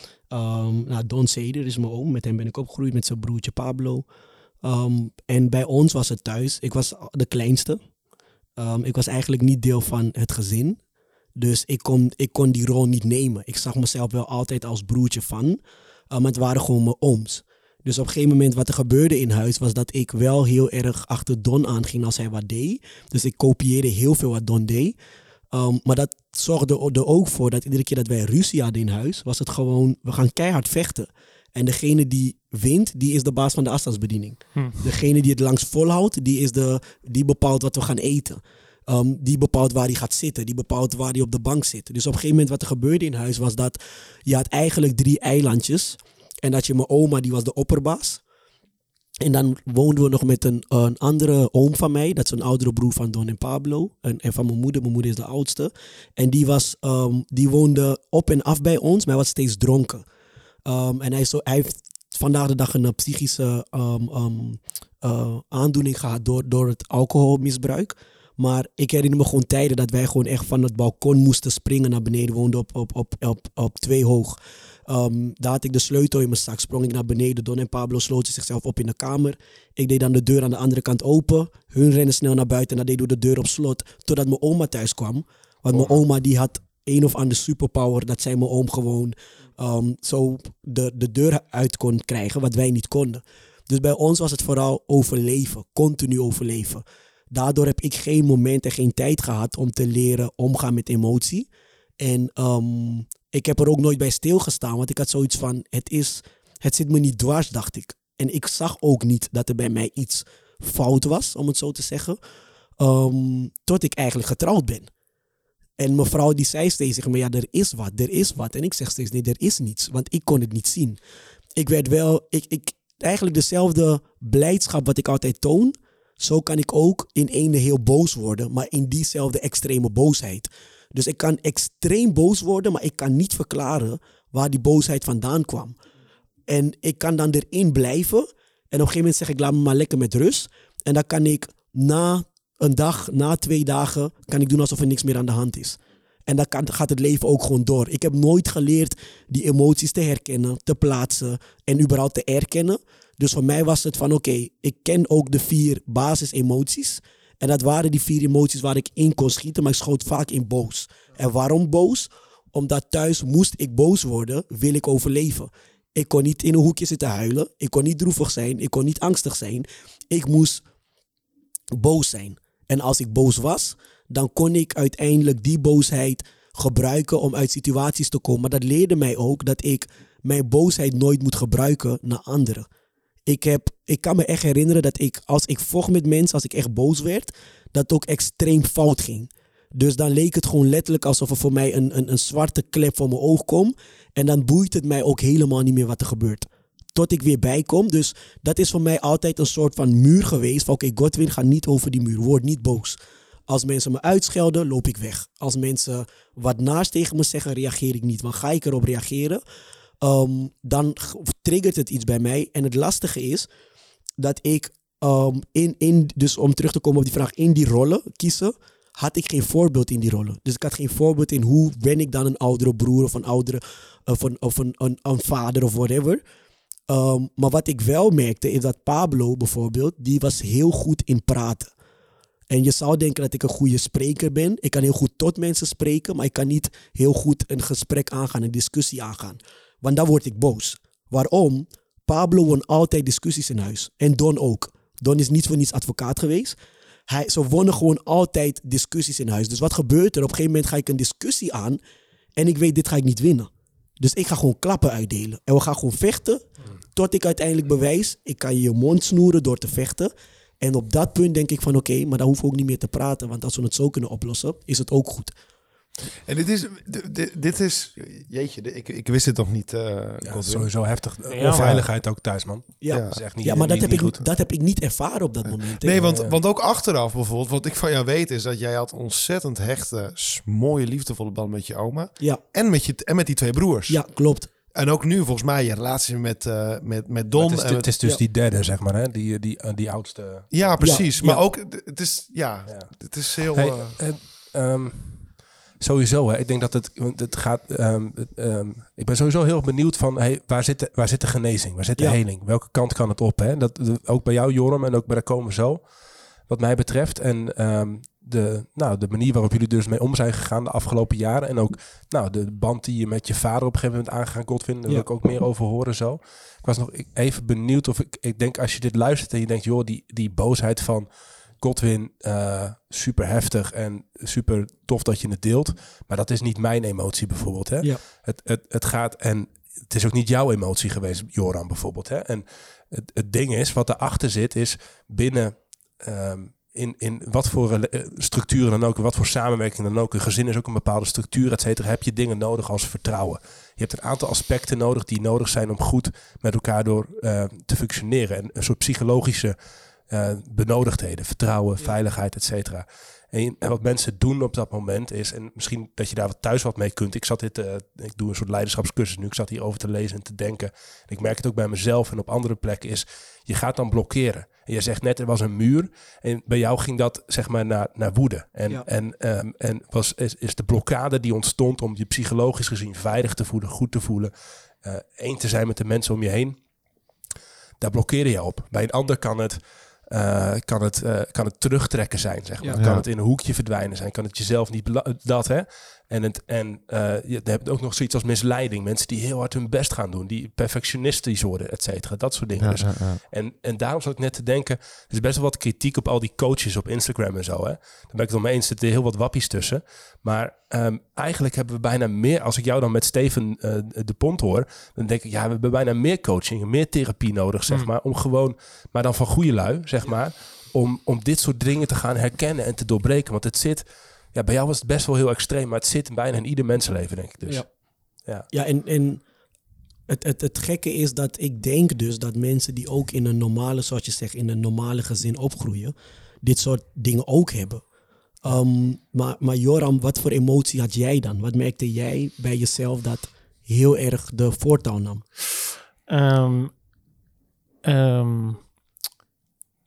Don Seder is mijn oom. Met hem ben ik opgegroeid met zijn broertje Pablo. En bij ons was het thuis. Ik was de kleinste. Ik was eigenlijk niet deel van het gezin. Dus ik kon die rol niet nemen. Ik zag mezelf wel altijd als broertje van. Maar het waren gewoon mijn ooms. Dus op een gegeven moment wat er gebeurde in huis was dat ik wel heel erg achter Don aanging als hij wat deed. Dus ik kopieerde heel veel wat Don deed. Maar dat zorgde er ook voor dat iedere keer dat wij ruzie hadden in huis, was het gewoon, we gaan keihard vechten. En degene die wint, die is de baas van de afstandsbediening. Degene die het langst volhoudt, die bepaalt wat we gaan eten. Die bepaalt waar hij gaat zitten. Die bepaalt waar hij op de bank zit. Dus op een gegeven moment wat er gebeurde in huis was dat je had eigenlijk 3 eilandjes. En dat je mijn oma, die was de opperbaas. En dan woonden we nog met een andere oom van mij. Dat is een oudere broer van Don en Pablo. En van mijn moeder. Mijn moeder is de oudste. En die woonde op en af bij ons. Maar hij was steeds dronken. En hij heeft vandaag de dag een psychische aandoening gehad door het alcoholmisbruik. Maar ik herinner me gewoon tijden dat wij gewoon echt van het balkon moesten springen naar beneden. Woonden op 2 hoog. Daar had ik de sleutel in mijn zak. Sprong ik naar beneden. Don en Pablo sloten zichzelf op in de kamer. Ik deed dan de deur aan de andere kant open. Hun rennen snel naar buiten en dan deden we de deur op slot. Totdat mijn oma thuis kwam. Want mijn oma die had een of andere superpower. Dat zij mijn oom gewoon zo de deur uit kon krijgen. Wat wij niet konden. Dus bij ons was het vooral overleven. Continu overleven. Daardoor heb ik geen moment en geen tijd gehad om te leren omgaan met emotie. En ik heb er ook nooit bij stilgestaan. Want ik had zoiets van, het zit me niet dwars, dacht ik. En ik zag ook niet dat er bij mij iets fout was, om het zo te zeggen. Tot ik eigenlijk getrouwd ben. En mevrouw die zei steeds tegen me, ja, er is wat. En ik zeg steeds, nee, er is niets. Want ik kon het niet zien. Ik werd wel, eigenlijk dezelfde blijdschap wat ik altijd toon. Zo kan ik ook in ene heel boos worden. Maar in diezelfde extreme boosheid. Dus ik kan extreem boos worden, maar ik kan niet verklaren waar die boosheid vandaan kwam. En ik kan dan erin blijven. En op een gegeven moment zeg ik, laat me maar lekker met rust. En dan kan ik na een dag, na 2 dagen, kan ik doen alsof er niks meer aan de hand is. En dan gaat het leven ook gewoon door. Ik heb nooit geleerd die emoties te herkennen, te plaatsen en überhaupt te erkennen. Dus voor mij was het van oké, ik ken ook de 4 basisemoties. En dat waren die 4 emoties waar ik in kon schieten, maar ik schoot vaak in boos. En waarom boos? Omdat thuis moest ik boos worden, wil ik overleven. Ik kon niet in een hoekje zitten huilen. Ik kon niet droevig zijn. Ik kon niet angstig zijn. Ik moest boos zijn. En als ik boos was, dan kon ik uiteindelijk die boosheid gebruiken om uit situaties te komen. Maar dat leerde mij ook dat ik mijn boosheid nooit moet gebruiken naar anderen. Ik kan me echt herinneren dat als ik vocht met mensen, als ik echt boos werd, dat het ook extreem fout ging. Dus dan leek het gewoon letterlijk alsof er voor mij een zwarte klep voor mijn oog komt. En dan boeit het mij ook helemaal niet meer wat er gebeurt. Tot ik weer bijkom. Dus dat is voor mij altijd een soort van muur geweest. Van oké, Godwin, ga niet over die muur. Word niet boos. Als mensen me uitschelden, loop ik weg. Als mensen wat naars tegen me zeggen, reageer ik niet. Want ga ik erop reageren, dan triggert het iets bij mij. En het lastige is dat ik, dus om terug te komen op die vraag, in die rollen kiezen, had ik geen voorbeeld in die rollen. Dus ik had geen voorbeeld in hoe ben ik dan een oudere broer of een oudere of een vader of whatever. Maar wat ik wel merkte is dat Pablo bijvoorbeeld, die was heel goed in praten. En je zou denken dat ik een goede spreker ben. Ik kan heel goed tot mensen spreken, maar ik kan niet heel goed een gesprek aangaan, een discussie aangaan. Want dan word ik boos. Waarom? Pablo won altijd discussies in huis. En Don ook. Don is niet voor niets advocaat geweest. Ze wonnen gewoon altijd discussies in huis. Dus wat gebeurt er? Op een gegeven moment ga ik een discussie aan en ik weet, dit ga ik niet winnen. Dus ik ga gewoon klappen uitdelen. En we gaan gewoon vechten tot ik uiteindelijk bewijs, ik kan je mond snoeren door te vechten. En op dat punt denk ik van oké, maar dan hoeven we ook niet meer te praten. Want als we het zo kunnen oplossen, is het ook goed. En dit is jeetje, ik wist het nog niet. Sowieso heftig. Ja, Onveiligheid ook thuis, man. Ja, Dat is echt niet, ja maar niet dat heb ik niet ervaren op dat moment. Nee, want ook achteraf bijvoorbeeld, wat ik van jou weet is dat jij had ontzettend hechte, mooie, liefdevolle band met je oma. Ja. En met die 2 broers. Ja, klopt. En ook nu volgens mij je relatie met Don. Het is dus die derde, zeg maar, hè? Die oudste. Ja, precies. Ja, maar ja. ook, het is heel... Sowieso, hè. Ik denk dat het gaat... ik ben sowieso heel benieuwd van... waar zit de genezing? Waar zit de heling? Welke kant kan het op? Hè? Ook bij jou, Joram, en ook bij de Komen Zo. Wat mij betreft. En de manier waarop jullie dus mee om zijn gegaan de afgelopen jaren. En ook de band die je met je vader op een gegeven moment aangegaan, Godwin. Daar wil ik ook meer over horen zo. Ik was nog even benieuwd of ik denk als je dit luistert en je denkt, joh, die boosheid van Godwin, super heftig en super tof dat je het deelt. Maar dat is niet mijn emotie bijvoorbeeld. Hè? Ja. Het gaat, en het is ook niet jouw emotie geweest, Joram bijvoorbeeld. Hè? En het ding is, wat erachter zit, is binnen... In wat voor structuren dan ook, wat voor samenwerking dan ook. Een gezin is ook een bepaalde structuur, et cetera. Heb je dingen nodig als vertrouwen. Je hebt een aantal aspecten nodig die nodig zijn om goed met elkaar door te functioneren. En een soort psychologische benodigdheden. Vertrouwen, veiligheid, et cetera. En wat mensen doen op dat moment is, en misschien dat je daar thuis wat mee kunt. Ik doe een soort leiderschapscursus nu. Ik zat hierover te lezen en te denken. En ik merk het ook bij mezelf en op andere plekken is, je gaat dan blokkeren. En je zegt net, er was een muur. En bij jou ging dat zeg maar naar woede. En is de blokkade die ontstond om je psychologisch gezien veilig te voelen, goed te voelen. Één te zijn met de mensen om je heen. Daar blokkeer je op. Bij een ander kan het terugtrekken zijn, zeg maar. Kan het in een hoekje verdwijnen zijn. Kan het jezelf niet... Dat, hè? Je hebt ook nog zoiets als misleiding. Mensen die heel hard hun best gaan doen. Die perfectionistisch worden, et cetera. Dat soort dingen. En daarom zat ik net te denken... Er is best wel wat kritiek op al die coaches op Instagram en zo. Hè? Daar ben ik het wel mee eens. Er zitten heel wat wappies tussen. Maar eigenlijk hebben we bijna meer... Als ik jou dan met Steven de Pont hoor... Dan denk ik, we hebben bijna meer coaching... meer therapie nodig, zeg maar. Om gewoon... Maar dan van goede lui, zeg maar. Om dit soort dingen te gaan herkennen en te doorbreken. Want het zit... Ja, bij jou was het best wel heel extreem, maar het zit bijna in ieder mensenleven, denk ik dus. Ja, en het gekke is dat ik denk dus dat mensen die ook in een normale, zoals je zegt, in een normale gezin opgroeien, dit soort dingen ook hebben. Maar Joram, wat voor emotie had jij dan? Wat merkte jij bij jezelf dat heel erg de voortouw nam?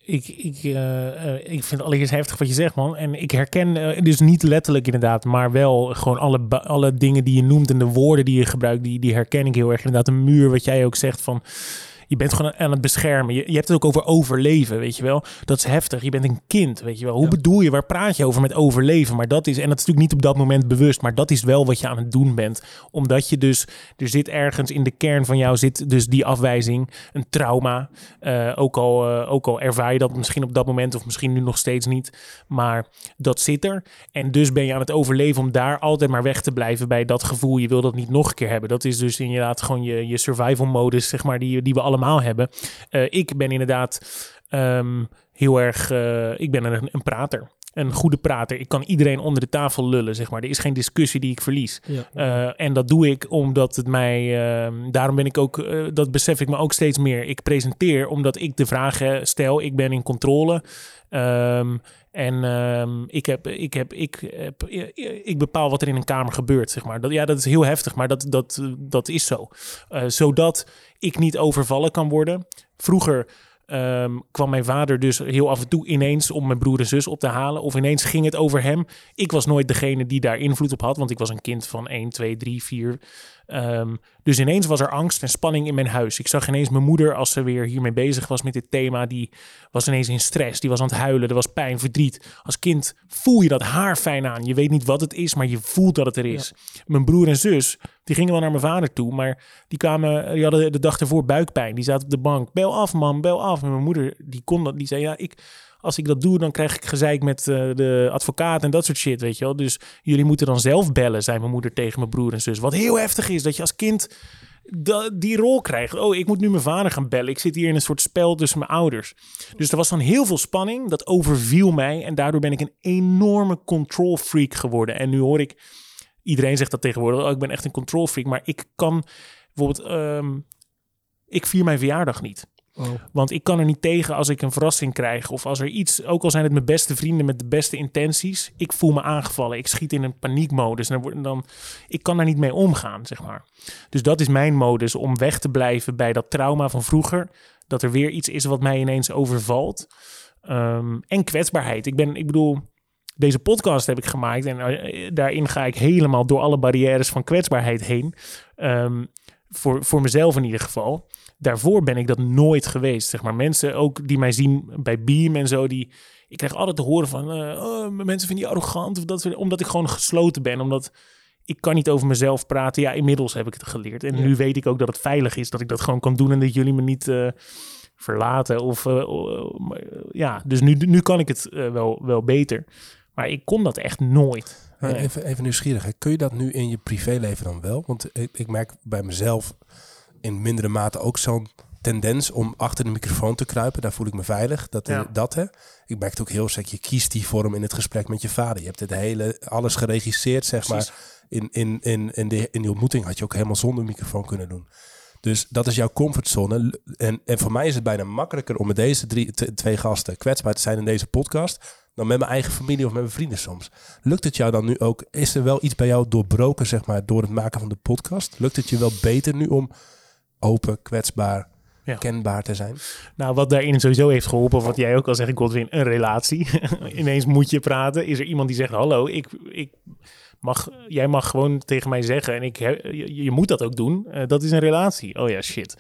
Ik vind het allereerst heftig wat je zegt, man. En ik herken dus niet letterlijk inderdaad, maar wel gewoon alle dingen die je noemt en de woorden die je gebruikt, die herken ik heel erg. Inderdaad, een muur, wat jij ook zegt van... Je bent gewoon aan het beschermen. Je hebt het ook over overleven, weet je wel. Dat is heftig. Je bent een kind, weet je wel. Hoe bedoel je? Waar praat je over met overleven? Maar dat is, en dat is natuurlijk niet op dat moment bewust, maar dat is wel wat je aan het doen bent. Omdat je dus, er zit ergens in de kern van jou zit dus die afwijzing, een trauma. Ook al ervaar je dat misschien op dat moment of misschien nu nog steeds niet. Maar dat zit er. En dus ben je aan het overleven om daar altijd maar weg te blijven bij dat gevoel. Je wil dat niet nog een keer hebben. Dat is dus inderdaad gewoon je survival modus, zeg maar, die we allemaal hebben. Ik ben inderdaad heel erg... ik ben een prater. Een goede prater. Ik kan iedereen onder de tafel lullen, zeg maar. Er is geen discussie die ik verlies. Ja. En dat doe ik omdat het mij... daarom ben ik ook... dat besef ik me ook steeds meer. Ik presenteer omdat ik de vragen stel. Ik ben in controle. Ik bepaal wat er in een kamer gebeurt, zeg maar. Dat is heel heftig, maar dat is zo. Zodat ik niet overvallen kan worden. Vroeger kwam mijn vader dus heel af en toe ineens om mijn broer en zus op te halen. Of ineens ging het over hem. Ik was nooit degene die daar invloed op had, want ik was een kind van 1, 2, 3, 4... Dus ineens was er angst en spanning in mijn huis. Ik zag ineens mijn moeder, als ze weer hiermee bezig was met dit thema, die was ineens in stress, die was aan het huilen, er was pijn, verdriet. Als kind voel je dat haarfijn aan. Je weet niet wat het is, maar je voelt dat het er is. Ja. Mijn broer en zus, die gingen wel naar mijn vader toe, maar die hadden de dag ervoor buikpijn. Die zaten op de bank. Bel af, man, bel af. En mijn moeder, die zei, ja, als ik dat doe, dan krijg ik gezeik met de advocaat en dat soort shit, weet je wel. Dus jullie moeten dan zelf bellen, zei mijn moeder tegen mijn broer en zus. Wat heel heftig is, dat je als kind die rol krijgt. Oh, ik moet nu mijn vader gaan bellen. Ik zit hier in een soort spel tussen mijn ouders. Dus er was dan heel veel spanning. Dat overviel mij. En daardoor ben ik een enorme control freak geworden. En nu hoor ik, iedereen zegt dat tegenwoordig. Oh, ik ben echt een control freak. Maar ik kan bijvoorbeeld, ik vier mijn verjaardag niet. Oh. Want ik kan er niet tegen als ik een verrassing krijg. Of als er iets, ook al zijn het mijn beste vrienden met de beste intenties. Ik voel me aangevallen. Ik schiet in een paniekmodus. Ik kan daar niet mee omgaan, zeg maar. Dus dat is mijn modus om weg te blijven bij dat trauma van vroeger. Dat er weer iets is wat mij ineens overvalt. En kwetsbaarheid. Ik bedoel, deze podcast heb ik gemaakt. En daarin ga ik helemaal door alle barrières van kwetsbaarheid heen. Voor mezelf in ieder geval. Daarvoor ben ik dat nooit geweest, zeg maar. Mensen ook die mij zien bij Beam en zo, ik krijg altijd te horen van, mensen vinden je arrogant, of dat, omdat ik gewoon gesloten ben, omdat ik kan niet over mezelf praten. Ja, inmiddels heb ik het geleerd. En nu weet ik ook dat het veilig is, dat ik dat gewoon kan doen en dat jullie me niet verlaten. Dus nu kan ik het wel beter. Maar ik kon dat echt nooit. Even nieuwsgierig, hè? Kun je dat nu in je privéleven dan wel? Want ik merk bij mezelf in mindere mate ook zo'n tendens om achter de microfoon te kruipen. Daar voel ik me veilig. Hè? Ik merk het ook heel sterk. Je kiest die vorm in het gesprek met je vader. Je hebt alles geregisseerd, zeg maar. In die ontmoeting had je ook helemaal zonder microfoon kunnen doen. Dus dat is jouw comfortzone. En voor mij is het bijna makkelijker om met deze twee gasten kwetsbaar te zijn in deze podcast dan met mijn eigen familie of met mijn vrienden soms. Lukt het jou dan nu ook? Is er wel iets bij jou doorbroken, zeg maar, door het maken van de podcast? Lukt het je wel beter nu om open, kwetsbaar, kenbaar te zijn? Nou, wat daarin sowieso heeft geholpen, wat jij ook al zegt, Godwin, een relatie. Ineens moet je praten. Is er iemand die zegt, hallo, jij mag gewoon tegen mij zeggen en je moet dat ook doen. Dat is een relatie. Oh ja, shit.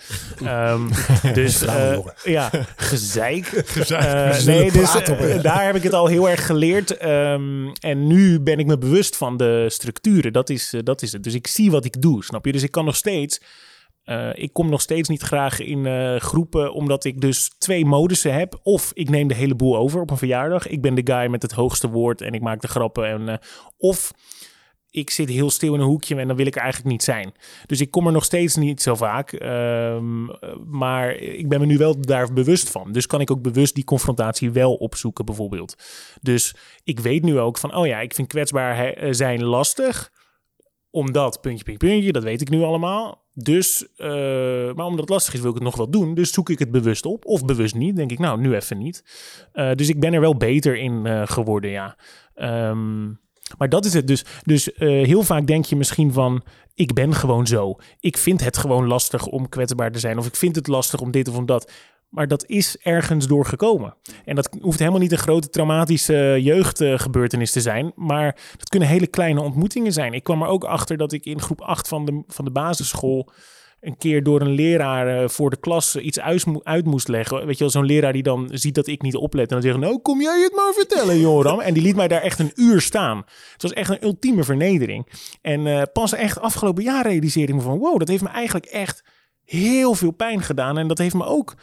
Gezeik. Daar heb ik het al heel erg geleerd. En nu ben ik me bewust van de structuren. Dat is het. Dus ik zie wat ik doe, snap je? Dus ik kan nog steeds... ik kom nog steeds niet graag in groepen, omdat ik dus 2 modussen heb. Of ik neem de hele boel over op een verjaardag. Ik ben de guy met het hoogste woord en ik maak de grappen. Of ik zit heel stil in een hoekje en dan wil ik er eigenlijk niet zijn. Dus ik kom er nog steeds niet zo vaak. Maar ik ben me nu wel daar bewust van. Dus kan ik ook bewust die confrontatie wel opzoeken bijvoorbeeld. Dus ik weet nu ook van, ik vind kwetsbaar zijn lastig. Omdat, puntje, dat weet ik nu allemaal. Dus, maar omdat het lastig is, wil ik het nog wel doen. Dus zoek ik het bewust op. Of bewust niet. Denk ik, nou, nu even niet. Dus ik ben er wel beter in geworden, ja. Maar dat is het. Dus heel vaak denk je misschien van, ik ben gewoon zo. Ik vind het gewoon lastig om kwetsbaar te zijn. Of ik vind het lastig om dit of om dat. Maar dat is ergens doorgekomen. En dat hoeft helemaal niet een grote traumatische jeugdgebeurtenis te zijn. Maar dat kunnen hele kleine ontmoetingen zijn. Ik kwam er ook achter dat ik in groep 8 van de basisschool een keer door een leraar voor de klas iets uit moest leggen. Weet je wel, zo'n leraar die dan ziet dat ik niet oplet. En dan zegt, nou kom jij het maar vertellen, Joram. En die liet mij daar echt een uur staan. Het was echt een ultieme vernedering. En pas echt afgelopen jaar realiseerde ik me van, wow, dat heeft me eigenlijk echt heel veel pijn gedaan. En dat heeft me ook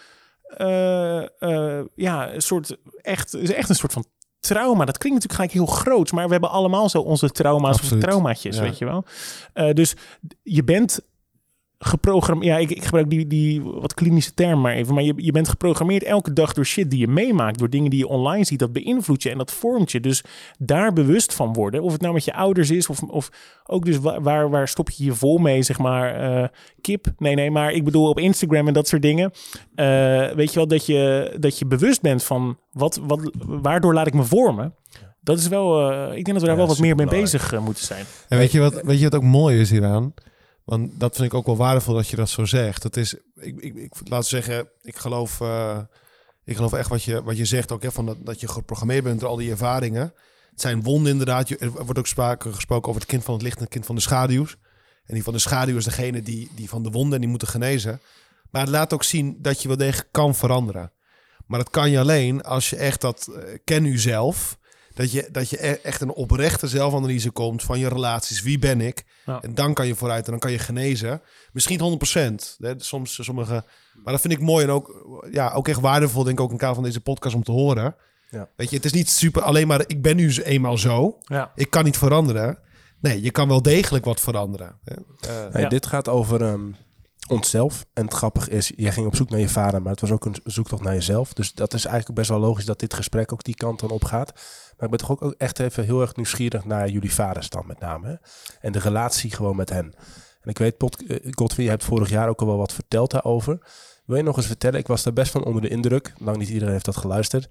is echt een soort van trauma. Dat klinkt natuurlijk gelijk heel groot, maar we hebben allemaal zo onze trauma's. Absoluut. Of traumaatjes, weet je wel. Dus je bent geprogrammeerd. Ja, ik gebruik die wat klinische term maar even. Maar je bent geprogrammeerd elke dag door shit die je meemaakt. Door dingen die je online ziet. Dat beïnvloedt je en dat vormt je. Dus daar bewust van worden. Of het nou met je ouders is. Of ook dus waar stop je je vol mee, zeg maar. Kip? Nee, maar ik bedoel op Instagram en dat soort dingen. Weet je wel, dat je bewust bent van waardoor laat ik me vormen. Dat is wel, ik denk dat we daar wel wat meer mee bezig moeten zijn. En weet je wat ook mooi is hieraan? Want dat vind ik ook wel waardevol dat je dat zo zegt. Dat is, laat zeggen, ik geloof echt wat je zegt ook, hè, van dat je geprogrammeerd bent door al die ervaringen. Het zijn wonden inderdaad. Er wordt ook gesproken over het kind van het licht en het kind van de schaduws. En die van de schaduw is degene die van de wonden en die moeten genezen. Maar het laat ook zien dat je wel degelijk kan veranderen. Maar dat kan je alleen als je echt ken jezelf. Dat je echt een oprechte zelfanalyse komt van je relaties. Wie ben ik? Ja. En dan kan je vooruit en dan kan je genezen. Misschien 100%. Hè? Soms sommige... Maar dat vind ik mooi en ook echt waardevol, denk ik ook in het kader van deze podcast om te horen. Ja. Weet je, het is niet super alleen maar ik ben nu eenmaal zo. Ja. Ik kan niet veranderen. Nee, je kan wel degelijk wat veranderen. Dit gaat over onszelf. En het grappige is, jij ging op zoek naar je vader, maar het was ook een zoektocht naar jezelf. Dus dat is eigenlijk best wel logisch dat dit gesprek ook die kant dan op gaat. Maar ik ben toch ook echt even heel erg nieuwsgierig naar jullie vaders dan met name. Hè? En de relatie gewoon met hen. En ik weet, Godfrey, je hebt vorig jaar ook al wel wat verteld daarover. Wil je nog eens vertellen? Ik was daar best van onder de indruk. Lang niet iedereen heeft dat geluisterd.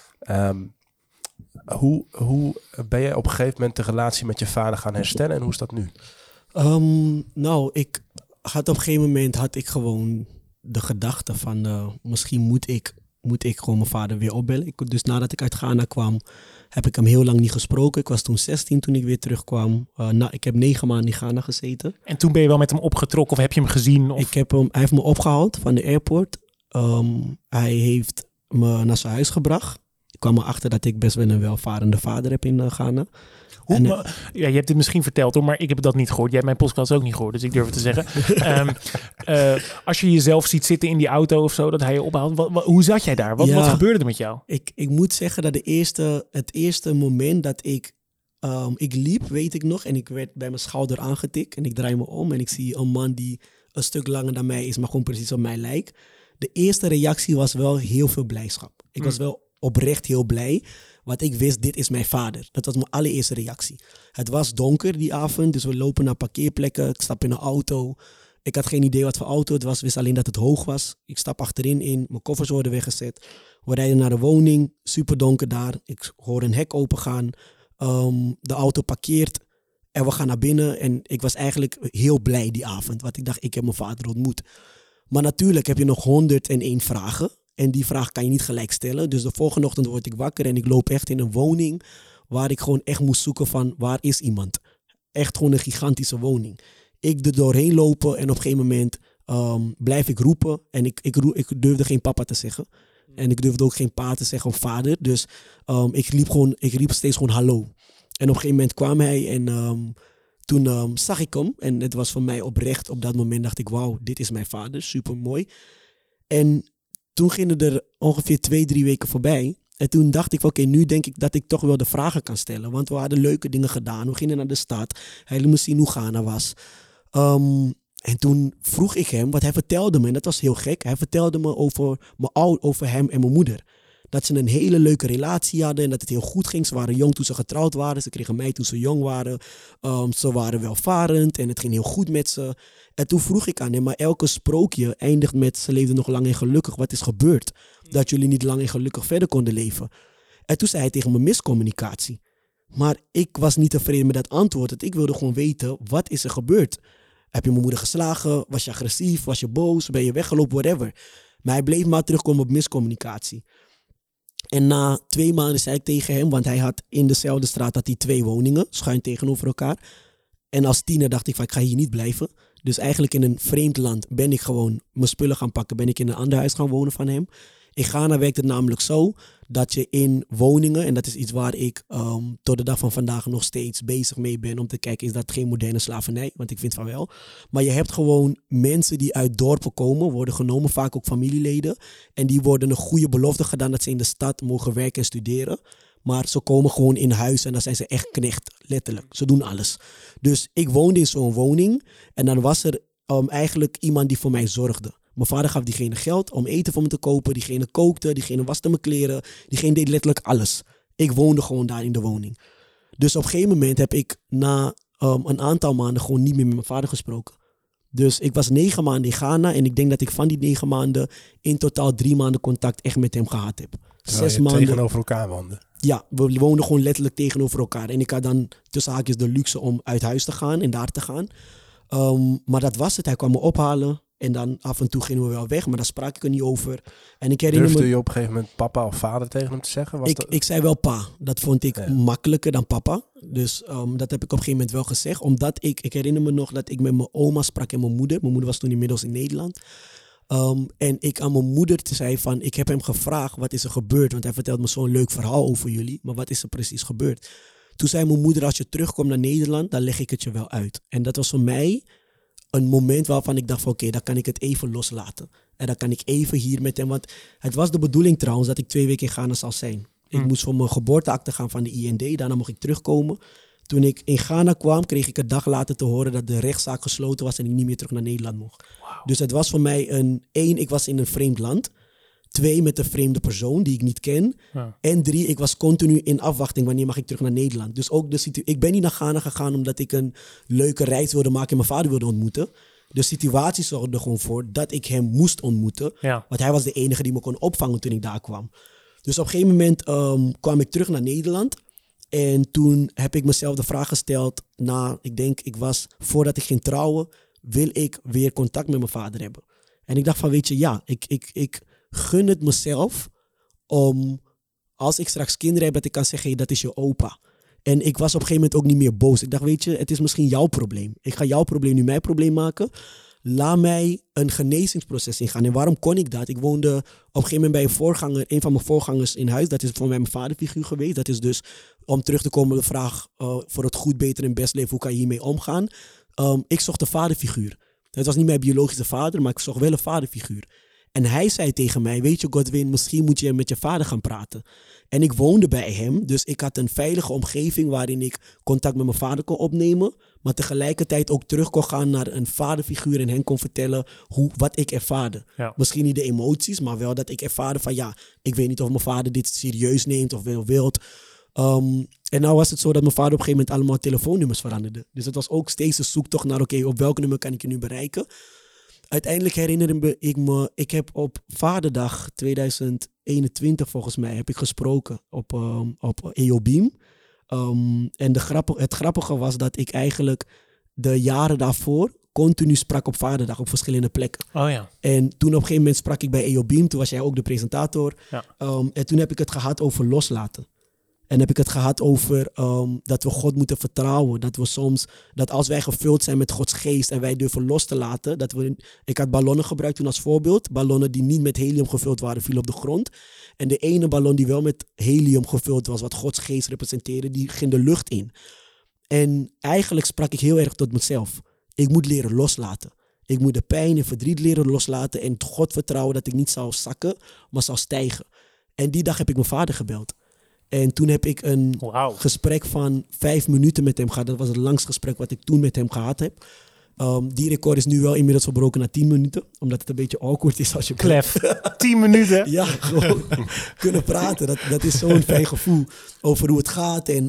Hoe ben jij op een gegeven moment de relatie met je vader gaan herstellen en hoe is dat nu? Ik had op een gegeven moment gewoon de gedachte van misschien moet ik gewoon mijn vader weer opbellen. Dus nadat ik uit Ghana kwam, heb ik hem heel lang niet gesproken. Ik was toen 16 toen ik weer terugkwam. Ik heb 9 maanden in Ghana gezeten. En toen ben je wel met hem opgetrokken of heb je hem gezien? Of? Hij heeft me opgehaald van de airport. Hij heeft me naar zijn huis gebracht. Ik kwam erachter dat ik best wel een welvarende vader heb in Ghana. Je hebt dit misschien verteld hoor, maar ik heb dat niet gehoord. Jij hebt mijn podcast ook niet gehoord, dus ik durf het te zeggen. Als je jezelf ziet zitten in die auto of zo, dat hij je ophaalt. Hoe zat jij daar? Wat gebeurde er met jou? Ik moet zeggen dat het eerste moment dat ik liep, weet ik nog. En ik werd bij mijn schouder aangetikt. En ik draai me om en ik zie een man die een stuk langer dan mij is, maar gewoon precies op mij lijkt. De eerste reactie was wel heel veel blijdschap. Ik was wel oprecht heel blij. Want ik wist, dit is mijn vader. Dat was mijn allereerste reactie. Het was donker die avond, dus we lopen naar parkeerplekken. Ik stap in een auto. Ik had geen idee wat voor auto het was. Wist alleen dat het hoog was. Ik stap achterin in. Mijn koffers worden weggezet. We rijden naar de woning. Super donker daar. Ik hoor een hek opengaan. De auto parkeert. En we gaan naar binnen. En ik was eigenlijk heel blij die avond. Want ik dacht, ik heb mijn vader ontmoet. Maar natuurlijk heb je nog 101 vragen. En die vraag kan je niet gelijk stellen. Dus de volgende ochtend word ik wakker en ik loop echt in een woning waar ik gewoon echt moest zoeken van waar is iemand. Echt gewoon een gigantische woning. Ik er doorheen lopen en op een gegeven moment blijf ik roepen. En ik durfde geen papa te zeggen. En ik durfde ook geen pa te zeggen of vader. Dus ik riep steeds gewoon hallo. En op een gegeven moment kwam hij en toen zag ik hem. En het was voor mij oprecht. Op dat moment dacht ik, wauw, dit is mijn vader. Super mooi. En toen gingen er ongeveer 2-3 weken voorbij. En toen dacht ik, oké, nu denk ik dat ik toch wel de vragen kan stellen. Want we hadden leuke dingen gedaan. We gingen naar de stad. Hij liet me zien hoe Ghana was. En toen vroeg ik hem, wat hij vertelde me. En dat was heel gek. Hij vertelde me over hem en mijn moeder. Dat ze een hele leuke relatie hadden en dat het heel goed ging. Ze waren jong toen ze getrouwd waren. Ze kregen mij toen ze jong waren. Ze waren welvarend en het ging heel goed met ze. En toen vroeg ik aan hem, maar elke sprookje eindigt met ze leefden nog lang en gelukkig. Wat is gebeurd? Dat jullie niet lang en gelukkig verder konden leven. En toen zei hij tegen me miscommunicatie. Maar ik was niet tevreden met dat antwoord. Want ik wilde gewoon weten, wat is er gebeurd? Heb je mijn moeder geslagen? Was je agressief? Was je boos? Ben je weggelopen? Whatever. Maar hij bleef maar terugkomen op miscommunicatie. En na 2 maanden zei ik tegen hem, want hij had in dezelfde straat 2 woningen, schuin tegenover elkaar. En als tiener dacht ik van, ik ga hier niet blijven. Dus eigenlijk in een vreemd land ben ik gewoon mijn spullen gaan pakken. Ben ik in een ander huis gaan wonen van hem. In Ghana werkt het namelijk zo dat je in woningen, en dat is iets waar ik tot de dag van vandaag nog steeds bezig mee ben om te kijken, is dat geen moderne slavernij? Want ik vind van wel. Maar je hebt gewoon mensen die uit dorpen komen, worden genomen, vaak ook familieleden. En die worden een goede belofte gedaan dat ze in de stad mogen werken en studeren. Maar ze komen gewoon in huis en dan zijn ze echt knecht, letterlijk. Ze doen alles. Dus ik woonde in zo'n woning en dan was er eigenlijk iemand die voor mij zorgde. Mijn vader gaf diegene geld om eten voor me te kopen. Diegene kookte, diegene waste mijn kleren. Diegene deed letterlijk alles. Ik woonde gewoon daar in de woning. Dus op een gegeven moment heb ik na een aantal maanden gewoon niet meer met mijn vader gesproken. Dus ik was 9 maanden in Ghana en ik denk dat ik van die 9 maanden in totaal 3 maanden contact echt met hem gehad heb. Terwijl 6 je maanden tegenover elkaar woonde. Ja, we woonden gewoon letterlijk tegenover elkaar. En ik had dan tussen haakjes de luxe om uit huis te gaan en daar te gaan. Maar dat was het. Hij kwam me ophalen. En dan af en toe gingen we wel weg, maar daar sprak ik er niet over. En ik herinner Durfde me, je op een gegeven moment papa of vader tegen hem te zeggen? ik zei wel pa. Dat vond ik makkelijker dan papa. Dus dat heb ik op een gegeven moment wel gezegd. Omdat ik herinner me nog dat ik met mijn oma sprak en mijn moeder. Mijn moeder was toen inmiddels in Nederland. En ik aan mijn moeder zei van, ik heb hem gevraagd, wat is er gebeurd? Want hij vertelt me zo'n leuk verhaal over jullie. Maar wat is er precies gebeurd? Toen zei mijn moeder, als je terugkomt naar Nederland, dan leg ik het je wel uit. En dat was voor mij een moment waarvan ik dacht van oké, dan kan ik het even loslaten. En dan kan ik even hier met hem, want het was de bedoeling trouwens dat ik 2 weken in Ghana zal zijn. Ik moest voor mijn geboorteakte gaan van de IND, daarna mocht ik terugkomen. Toen ik in Ghana kwam, kreeg ik een dag later te horen dat de rechtszaak gesloten was en ik niet meer terug naar Nederland mocht. Wow. Dus het was voor mij ik was in een vreemd land. 2, met een vreemde persoon die ik niet ken. Ja. En 3, ik was continu in afwachting wanneer mag ik terug naar Nederland. Dus ook ik ben niet naar Ghana gegaan omdat ik een leuke reis wilde maken en mijn vader wilde ontmoeten. De situatie zorgde er gewoon voor dat ik hem moest ontmoeten. Ja. Want hij was de enige die me kon opvangen toen ik daar kwam. Dus op een gegeven moment kwam ik terug naar Nederland. En toen heb ik mezelf de vraag gesteld, voordat ik ging trouwen, wil ik weer contact met mijn vader hebben. En ik dacht van, weet je, ja, ik gun het mezelf om, als ik straks kinderen heb, dat ik kan zeggen, hey, dat is je opa. En ik was op een gegeven moment ook niet meer boos. Ik dacht, weet je, het is misschien jouw probleem. Ik ga jouw probleem nu mijn probleem maken. Laat mij een genezingsproces ingaan. En waarom kon ik dat? Ik woonde op een gegeven moment bij een van mijn voorgangers in huis. Dat is voor mij mijn vaderfiguur geweest. Dat is dus, om terug te komen op de vraag voor het goed, beter en best leven, hoe kan je hiermee omgaan? Ik zocht een vaderfiguur. Het was niet mijn biologische vader, maar ik zocht wel een vaderfiguur. En hij zei tegen mij, weet je Godwin, misschien moet je met je vader gaan praten. En ik woonde bij hem, dus ik had een veilige omgeving waarin ik contact met mijn vader kon opnemen. Maar tegelijkertijd ook terug kon gaan naar een vaderfiguur en hen kon vertellen wat ik ervaarde. Ja. Misschien niet de emoties, maar wel dat ik ervaarde van ja, ik weet niet of mijn vader dit serieus neemt of wel wilt. En nou was het zo dat mijn vader op een gegeven moment allemaal telefoonnummers veranderde. Dus het was ook steeds een zoektocht naar oké, op welk nummer kan ik je nu bereiken? Uiteindelijk herinner ik me, ik heb op Vaderdag 2021 volgens mij, heb ik gesproken op EOBeam. En het grappige was dat ik eigenlijk de jaren daarvoor continu sprak op Vaderdag op verschillende plekken. Oh ja. En toen op een gegeven moment sprak ik bij EOBeam, toen was jij ook de presentator. Ja. En toen heb ik het gehad over loslaten. En heb ik het gehad over dat we God moeten vertrouwen. Dat als wij gevuld zijn met Gods geest en wij durven los te laten. Ik had ballonnen gebruikt toen als voorbeeld. Ballonnen die niet met helium gevuld waren, vielen op de grond. En de ene ballon die wel met helium gevuld was, wat Gods geest representeerde, die ging de lucht in. En eigenlijk sprak ik heel erg tot mezelf. Ik moet leren loslaten. Ik moet de pijn en verdriet leren loslaten en God vertrouwen dat ik niet zou zakken, maar zou stijgen. En die dag heb ik mijn vader gebeld. En toen heb ik een gesprek van 5 minuten met hem gehad. Dat was het langste gesprek wat ik toen met hem gehad heb. Die record is nu wel inmiddels verbroken na 10 minuten. Omdat het een beetje awkward is als je... Klef. 10 minuten? Ja, gewoon kunnen praten. Dat is zo'n fijn gevoel over hoe het gaat. En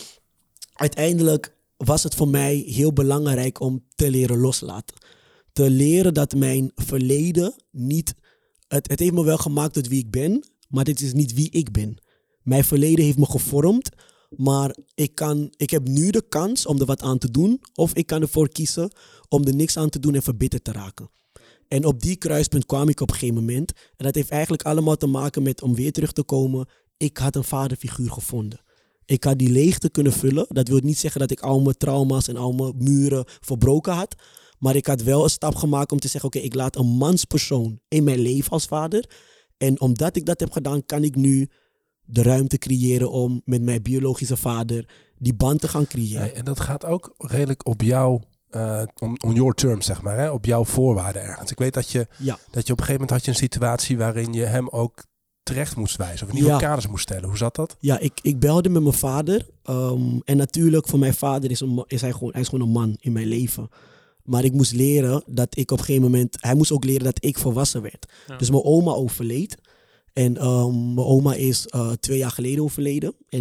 uiteindelijk was het voor mij heel belangrijk om te leren loslaten. Te leren dat mijn verleden niet... Het heeft me wel gemaakt tot wie ik ben, maar dit is niet wie ik ben. Mijn verleden heeft me gevormd, maar ik heb nu de kans om er wat aan te doen. Of ik kan ervoor kiezen om er niks aan te doen en verbitterd te raken. En op die kruispunt kwam ik op een gegeven moment. En dat heeft eigenlijk allemaal te maken met, om weer terug te komen, ik had een vaderfiguur gevonden. Ik had die leegte kunnen vullen. Dat wil niet zeggen dat ik al mijn trauma's en al mijn muren verbroken had. Maar ik had wel een stap gemaakt om te zeggen, oké, ik laat een manspersoon in mijn leven als vader. En omdat ik dat heb gedaan, kan ik nu de ruimte creëren om met mijn biologische vader die band te gaan creëren. Nee, en dat gaat ook redelijk op jou, on your terms, zeg maar, hè? Op jouw voorwaarden ergens. Ik weet dat je op een gegeven moment had je een situatie waarin je hem ook terecht moest wijzen. Of in ieder geval kaders moest stellen. Hoe zat dat? Ja, ik belde met mijn vader. En natuurlijk, voor mijn vader is hij gewoon een man in mijn leven. Maar ik moest leren dat ik op een gegeven moment... Hij moest ook leren dat ik volwassen werd. Ja. Dus mijn oma overleed. En mijn oma is 2 jaar geleden overleden. En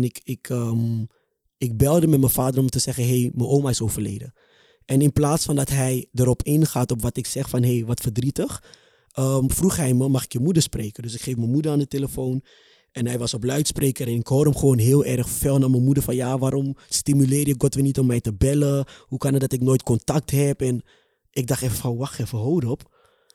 ik belde met mijn vader om te zeggen, hey, mijn oma is overleden. En in plaats van dat hij erop ingaat op wat ik zeg van, hey, wat verdrietig, vroeg hij me, mag ik je moeder spreken? Dus ik geef mijn moeder aan de telefoon. En hij was op luidspreker en ik hoor hem gewoon heel erg fel naar mijn moeder van, ja, waarom stimuleer je Godwin niet om mij te bellen? Hoe kan het dat ik nooit contact heb? En ik dacht even van, wacht even, hold op.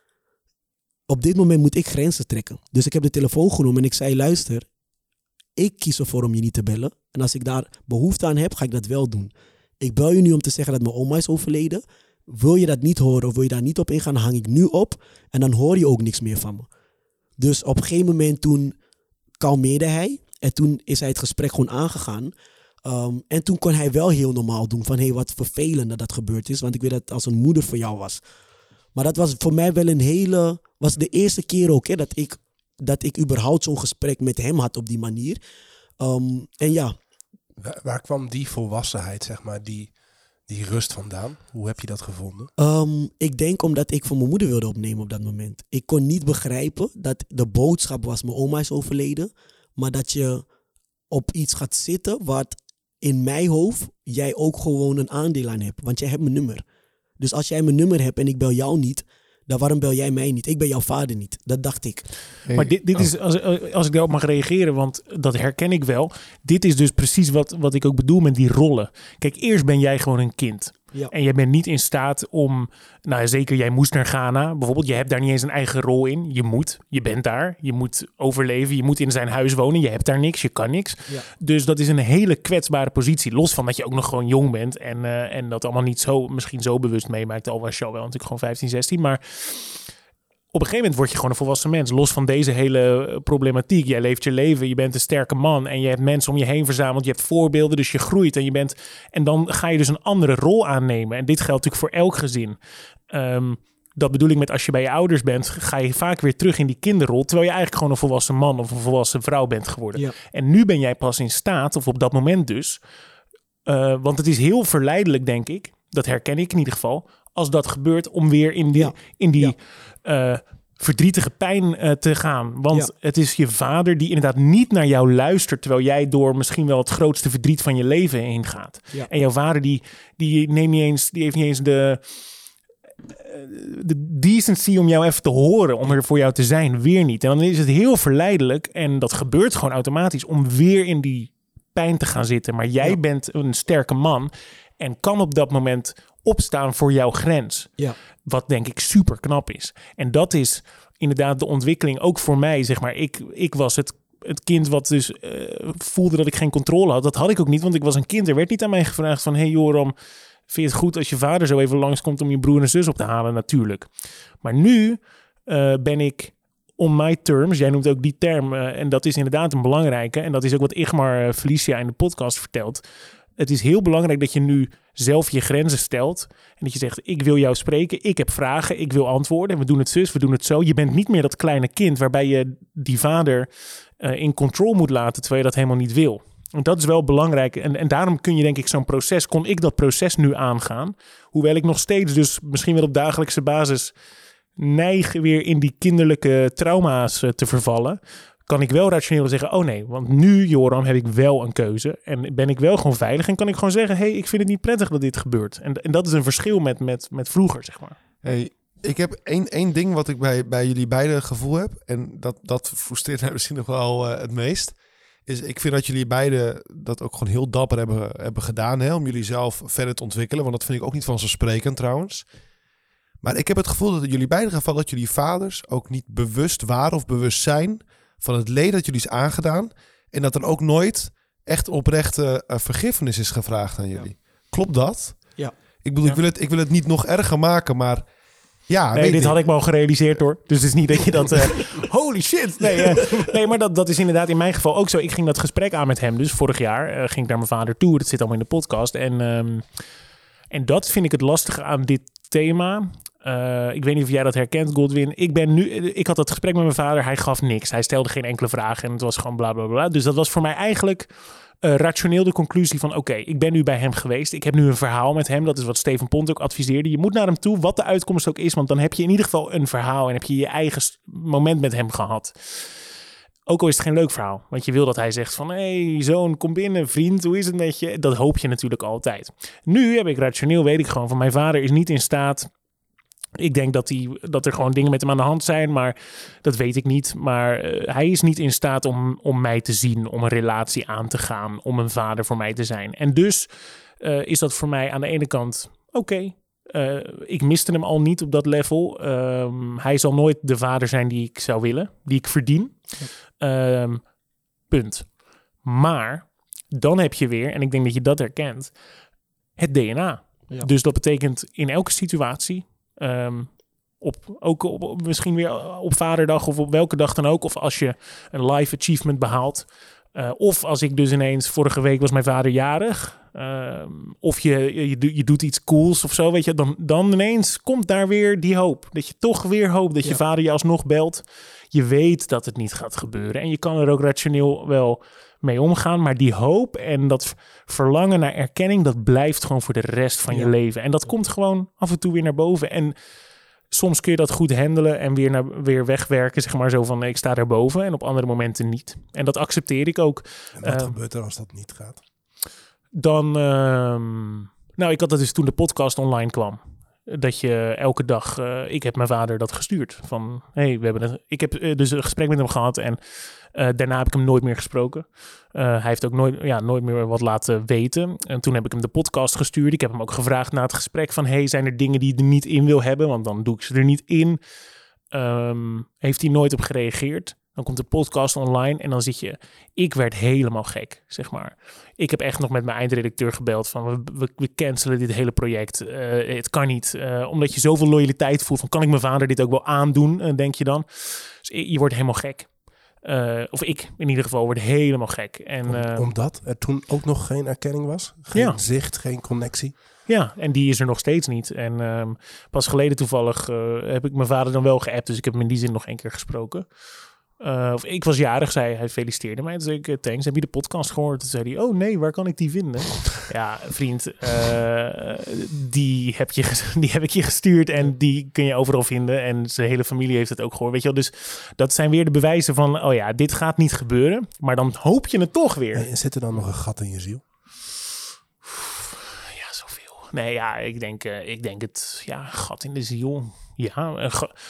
Op dit moment moet ik grenzen trekken. Dus ik heb de telefoon genomen en ik zei, luister, ik kies ervoor om je niet te bellen. En als ik daar behoefte aan heb, ga ik dat wel doen. Ik bel je nu om te zeggen dat mijn oma is overleden. Wil je dat niet horen of wil je daar niet op ingaan, dan hang ik nu op. En dan hoor je ook niks meer van me. Dus op een gegeven moment toen kalmeerde hij. En toen is hij het gesprek gewoon aangegaan. En toen kon hij wel heel normaal doen van, hey, wat vervelend dat dat gebeurd is. Want ik weet dat het als een moeder voor jou was. Maar dat was voor mij wel was de eerste keer ook, hè, dat ik überhaupt zo'n gesprek met hem had op die manier. En ja. Waar kwam die volwassenheid, zeg maar, die rust vandaan? Hoe heb je dat gevonden? Ik denk omdat ik voor mijn moeder wilde opnemen op dat moment. Ik kon niet begrijpen dat de boodschap was, mijn oma is overleden. Maar dat je op iets gaat zitten wat in mijn hoofd jij ook gewoon een aandeel aan hebt. Want jij hebt mijn nummer. Dus als jij mijn nummer hebt en ik bel jou niet, dan waarom bel jij mij niet? Ik ben jouw vader niet. Dat dacht ik. Hey. Maar dit is, als ik daarop mag reageren, want dat herken ik wel. Dit is dus precies wat ik ook bedoel met die rollen. Kijk, eerst ben jij gewoon een kind. Ja. En jij bent niet in staat om, nou zeker jij moest naar Ghana bijvoorbeeld. Je hebt daar niet eens een eigen rol in. Je bent daar. Je moet overleven. Je moet in zijn huis wonen. Je hebt daar niks. Je kan niks. Ja. Dus dat is een hele kwetsbare positie. Los van dat je ook nog gewoon jong bent. En dat allemaal niet misschien zo bewust meemaakt. Al was je al wel natuurlijk gewoon 15, 16. Maar op een gegeven moment word je gewoon een volwassen mens. Los van deze hele problematiek. Jij leeft je leven, je bent een sterke man en je hebt mensen om je heen verzameld. Je hebt voorbeelden, dus je groeit en dan ga je dus een andere rol aannemen. En dit geldt natuurlijk voor elk gezin. Dat bedoel ik met als je bij je ouders bent, ga je vaak weer terug in die kinderrol, terwijl je eigenlijk gewoon een volwassen man of een volwassen vrouw bent geworden. Ja. En nu ben jij pas in staat, of op dat moment dus, want het is heel verleidelijk, denk ik, dat herken ik in ieder geval, als dat gebeurt om weer in die verdrietige pijn te gaan. Want het is je vader die inderdaad niet naar jou luistert, terwijl jij door misschien wel het grootste verdriet van je leven heen gaat. Ja. En jouw vader die heeft niet eens de decency om jou even te horen, om er voor jou te zijn, weer niet. En dan is het heel verleidelijk, en dat gebeurt gewoon automatisch, om weer in die pijn te gaan zitten. Maar jij bent een sterke man en kan op dat moment opstaan voor jouw grens. Ja. Wat denk ik super knap is. En dat is inderdaad de ontwikkeling ook voor mij. Zeg maar, ik was het kind wat dus voelde dat ik geen controle had. Dat had ik ook niet, want ik was een kind. Er werd niet aan mij gevraagd van, hey Joram, vind je het goed als je vader zo even langskomt om je broer en zus op te halen? Natuurlijk. Maar nu ben ik on my terms. Jij noemt ook die term. En dat is inderdaad een belangrijke. En dat is ook wat Igmar Felicia in de podcast vertelt. Het is heel belangrijk dat je nu zelf je grenzen stelt. En dat je zegt, ik wil jou spreken. Ik heb vragen. Ik wil antwoorden. We doen het zus. We doen het zo. Je bent niet meer dat kleine kind waarbij je die vader in control moet laten, terwijl je dat helemaal niet wil. En dat is wel belangrijk. En daarom kun je, denk ik, kon ik dat proces nu aangaan. Hoewel ik nog steeds dus misschien wel op dagelijkse basis neig weer in die kinderlijke trauma's te vervallen, kan ik wel rationeel zeggen, oh nee, want nu, Joram, heb ik wel een keuze. En ben ik wel gewoon veilig en kan ik gewoon zeggen, hey, ik vind het niet prettig dat dit gebeurt. En dat is een verschil met vroeger, zeg maar. Hey, ik heb één ding wat ik bij jullie beiden gevoel heb, en dat frustreert mij misschien nog wel het meest, is ik vind dat jullie beiden dat ook gewoon heel dapper hebben gedaan, hè, om jullie zelf verder te ontwikkelen. Want dat vind ik ook niet vanzelfsprekend trouwens. Maar ik heb het gevoel dat in jullie beide gevallen dat jullie vaders ook niet bewust waren of bewust zijn van het leed dat jullie is aangedaan. En dat er ook nooit echt oprechte vergiffenis is gevraagd aan jullie. Ja. Klopt dat? Ja. Ik bedoel, ik wil het niet nog erger maken, maar ja. Nee, dit had ik me al gerealiseerd hoor. Dus het is niet dat je dat... holy shit! Nee, maar dat is inderdaad in mijn geval ook zo. Ik ging dat gesprek aan met hem. Dus vorig jaar ging ik naar mijn vader toe. Dat zit allemaal in de podcast. En dat vind ik het lastige aan dit thema. Ik weet niet of jij dat herkent, Godwin. Ik had dat gesprek met mijn vader. Hij gaf niks. Hij stelde geen enkele vraag. En het was gewoon bla bla bla. Dus dat was voor mij eigenlijk rationeel de conclusie van... Oké, ik ben nu bij hem geweest. Ik heb nu een verhaal met hem. Dat is wat Steven Pont ook adviseerde. Je moet naar hem toe, wat de uitkomst ook is. Want dan heb je in ieder geval een verhaal. En heb je je eigen moment met hem gehad. Ook al is het geen leuk verhaal. Want je wil dat hij zegt van... Hey, zoon, kom binnen, vriend. Hoe is het met je? Dat hoop je natuurlijk altijd. Nu heb ik rationeel, weet ik gewoon... van mijn vader is niet in staat... Ik denk dat er gewoon dingen met hem aan de hand zijn, maar dat weet ik niet. Maar hij is niet in staat om mij te zien, om een relatie aan te gaan, om een vader voor mij te zijn. En dus is dat voor mij aan de ene kant oké. Ik miste hem al niet op dat level. Hij zal nooit de vader zijn die ik zou willen, die ik verdien. Punt. Maar dan heb je weer, en ik denk dat je dat herkent, het DNA. Ja. Dus dat betekent in elke situatie... misschien weer op Vaderdag of op welke dag dan ook. Of als je een life achievement behaalt. Of als ik dus ineens... Vorige week was mijn vader jarig. Of je doet iets cools of zo. Weet je, dan ineens komt daar weer die hoop. Dat je toch weer hoopt dat je vader je alsnog belt. Je weet dat het niet gaat gebeuren. En je kan er ook rationeel wel mee omgaan. Maar die hoop en dat verlangen naar erkenning... dat blijft gewoon voor de rest van je leven. En dat komt gewoon af en toe weer naar boven. En soms kun je dat goed handelen en weer wegwerken. Zeg maar zo van, ik sta daarboven. En op andere momenten niet. En dat accepteer ik ook. En wat gebeurt er als dat niet gaat? Dan... ik had dat dus toen de podcast online kwam. Dat je elke dag... ik heb mijn vader dat gestuurd. Van, hey, ik heb dus een gesprek met hem gehad en... daarna heb ik hem nooit meer gesproken. Hij heeft ook nooit meer wat laten weten. En toen heb ik hem de podcast gestuurd. Ik heb hem ook gevraagd na het gesprek van... hey, zijn er dingen die je er niet in wil hebben? Want dan doe ik ze er niet in. Heeft hij nooit op gereageerd. Dan komt de podcast online en dan zit je... Ik werd helemaal gek, zeg maar. Ik heb echt nog met mijn eindredacteur gebeld van... we cancelen dit hele project. Het kan niet. Omdat je zoveel loyaliteit voelt van... kan ik mijn vader dit ook wel aandoen, denk je dan? Dus je wordt helemaal gek. Of ik in ieder geval word helemaal gek. En, omdat er toen ook nog geen erkenning was? Geen zicht, geen connectie? Ja, en die is er nog steeds niet. En pas geleden toevallig heb ik mijn vader dan wel geappt. Dus ik heb hem in die zin nog 1 keer gesproken. Of ik was jarig, hij feliciteerde mij. Toen zei ik, thanks, heb je de podcast gehoord? Toen zei hij, oh nee, waar kan ik die vinden? Ja, vriend, die heb ik je gestuurd en die kun je overal vinden. En zijn hele familie heeft het ook gehoord, weet je wel. Dus dat zijn weer de bewijzen van, oh ja, dit gaat niet gebeuren. Maar dan hoop je het toch weer. En zit er dan nog een gat in je ziel? Ja, zoveel. Nee, ja, ik denk het, gat in de ziel. Ja,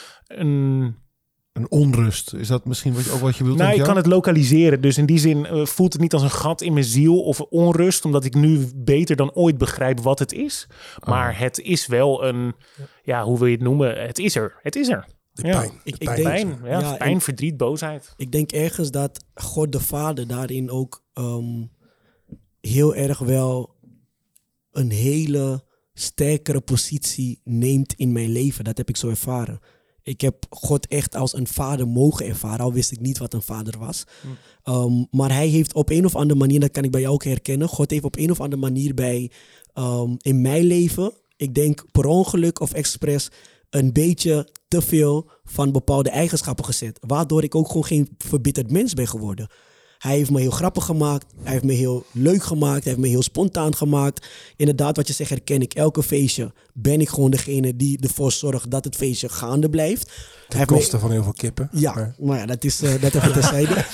een onrust, is dat misschien wat je bedoelt? Nou, ik kan het lokaliseren. Dus in die zin voelt het niet als een gat in mijn ziel of onrust. Omdat ik nu beter dan ooit begrijp wat het is. Maar het is wel een... Ja, hoe wil je het noemen? Het is er. Het is er. De pijn. Pijn, verdriet, boosheid. Ik denk ergens dat God de Vader daarin ook heel erg wel een hele sterkere positie neemt in mijn leven. Dat heb ik zo ervaren. Ik heb God echt als een vader mogen ervaren, al wist ik niet wat een vader was. Maar hij heeft op een of andere manier, dat kan ik bij jou ook herkennen, God heeft op een of andere manier in mijn leven, ik denk per ongeluk of expres, een beetje te veel van bepaalde eigenschappen gezet. Waardoor ik ook gewoon geen verbitterd mens ben geworden. Hij heeft me heel grappig gemaakt. Hij heeft me heel leuk gemaakt. Hij heeft me heel spontaan gemaakt. Inderdaad, wat je zegt, herken ik. Elke feestje ben ik gewoon degene die ervoor zorgt dat het feestje gaande blijft. Ten koste van heel veel kippen. Ja, maar ja, dat even terzijde.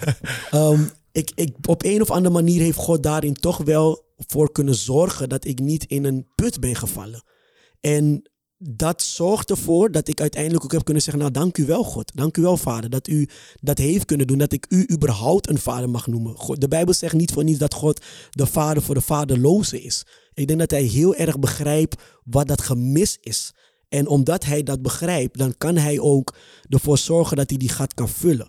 Op een of andere manier heeft God daarin toch wel voor kunnen zorgen dat ik niet in een put ben gevallen. En dat zorgt ervoor dat ik uiteindelijk ook heb kunnen zeggen, nou, dank u wel, God. Dank u wel, Vader, dat u dat heeft kunnen doen, dat ik u überhaupt een vader mag noemen. De Bijbel zegt niet voor niets dat God de vader voor de vaderlozen is. Ik denk dat hij heel erg begrijpt wat dat gemis is. En omdat hij dat begrijpt, dan kan hij ook ervoor zorgen dat hij die gat kan vullen.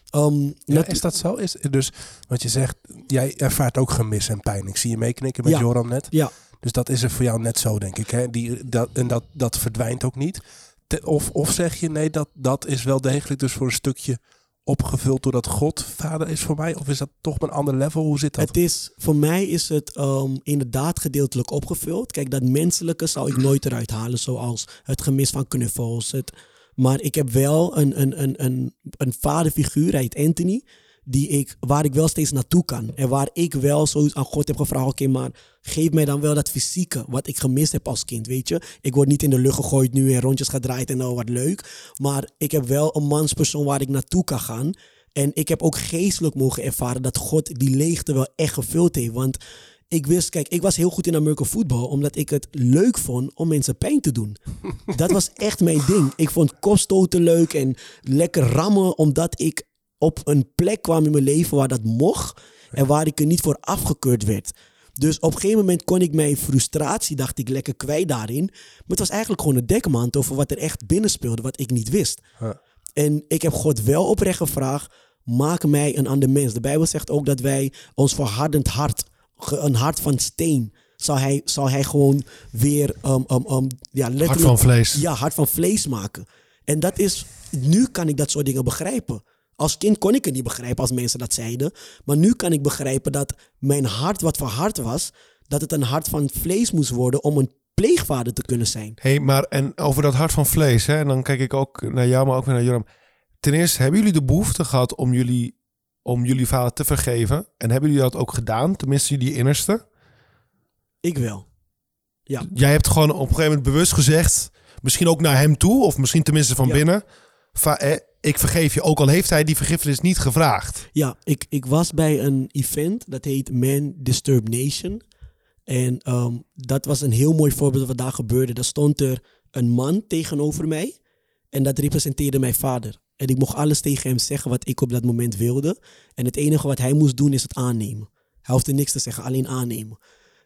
Is dat zo? Dus wat je zegt, jij ervaart ook gemis en pijn. Ik zie je meeknikken met Joram net. Ja. Dus dat is er voor jou net zo, denk ik. Hè? Dat verdwijnt ook niet. Of zeg je, nee, dat is wel degelijk dus voor een stukje opgevuld doordat God vader is voor mij? Of is dat toch op een ander level? Hoe zit dat? Voor mij is het inderdaad gedeeltelijk opgevuld. Kijk, dat menselijke zal ik nooit eruit halen, zoals het gemis van knuffels. Maar ik heb wel een vaderfiguur, hij heet Anthony, waar ik wel steeds naartoe kan. En waar ik wel zoiets aan God heb gevraagd, oké, maar geef mij dan wel dat fysieke, wat ik gemist heb als kind, weet je. Ik word niet in de lucht gegooid nu en rondjes gedraaid en wat leuk. Maar ik heb wel een manspersoon waar ik naartoe kan gaan. En ik heb ook geestelijk mogen ervaren dat God die leegte wel echt gevuld heeft. Want ik was heel goed in American football, omdat ik het leuk vond om mensen pijn te doen. Dat was echt mijn ding. Ik vond kopstoten leuk en lekker rammen, omdat ik op een plek kwam in mijn leven waar dat mocht en waar ik er niet voor afgekeurd werd. Dus op een gegeven moment kon ik mijn frustratie, dacht ik, lekker kwijt daarin. Maar het was eigenlijk gewoon een dekmantel over wat er echt binnen speelde, wat ik niet wist. En ik heb God wel oprecht gevraagd, maak mij een ander mens. De Bijbel zegt ook dat wij ons verhardend hart, een hart van steen, zal hij gewoon weer letterlijk, hart van vlees. Ja, hart van vlees maken. En dat is, nu kan ik dat soort dingen begrijpen. Als kind kon ik het niet begrijpen als mensen dat zeiden. Maar nu kan ik begrijpen dat mijn hart wat verhard was, dat het een hart van vlees moest worden om een pleegvader te kunnen zijn. Maar en over dat hart van vlees, hè, en dan kijk ik ook naar jou, maar ook weer naar Joram. Ten eerste, hebben jullie de behoefte gehad om jullie vader te vergeven? En hebben jullie dat ook gedaan? Tenminste, jullie innerste? Ik wel. Ja. Jij hebt gewoon op een gegeven moment bewust gezegd, misschien ook naar hem toe, of misschien tenminste van binnen, ik vergeef je, ook al heeft hij die vergiffenis niet gevraagd. Ja, ik was bij een event, dat heet Man Disturbed Nation. En dat was een heel mooi voorbeeld wat daar gebeurde. Daar stond er een man tegenover mij en dat representeerde mijn vader. En ik mocht alles tegen hem zeggen wat ik op dat moment wilde. En het enige wat hij moest doen is het aannemen. Hij hoefde niks te zeggen, alleen aannemen.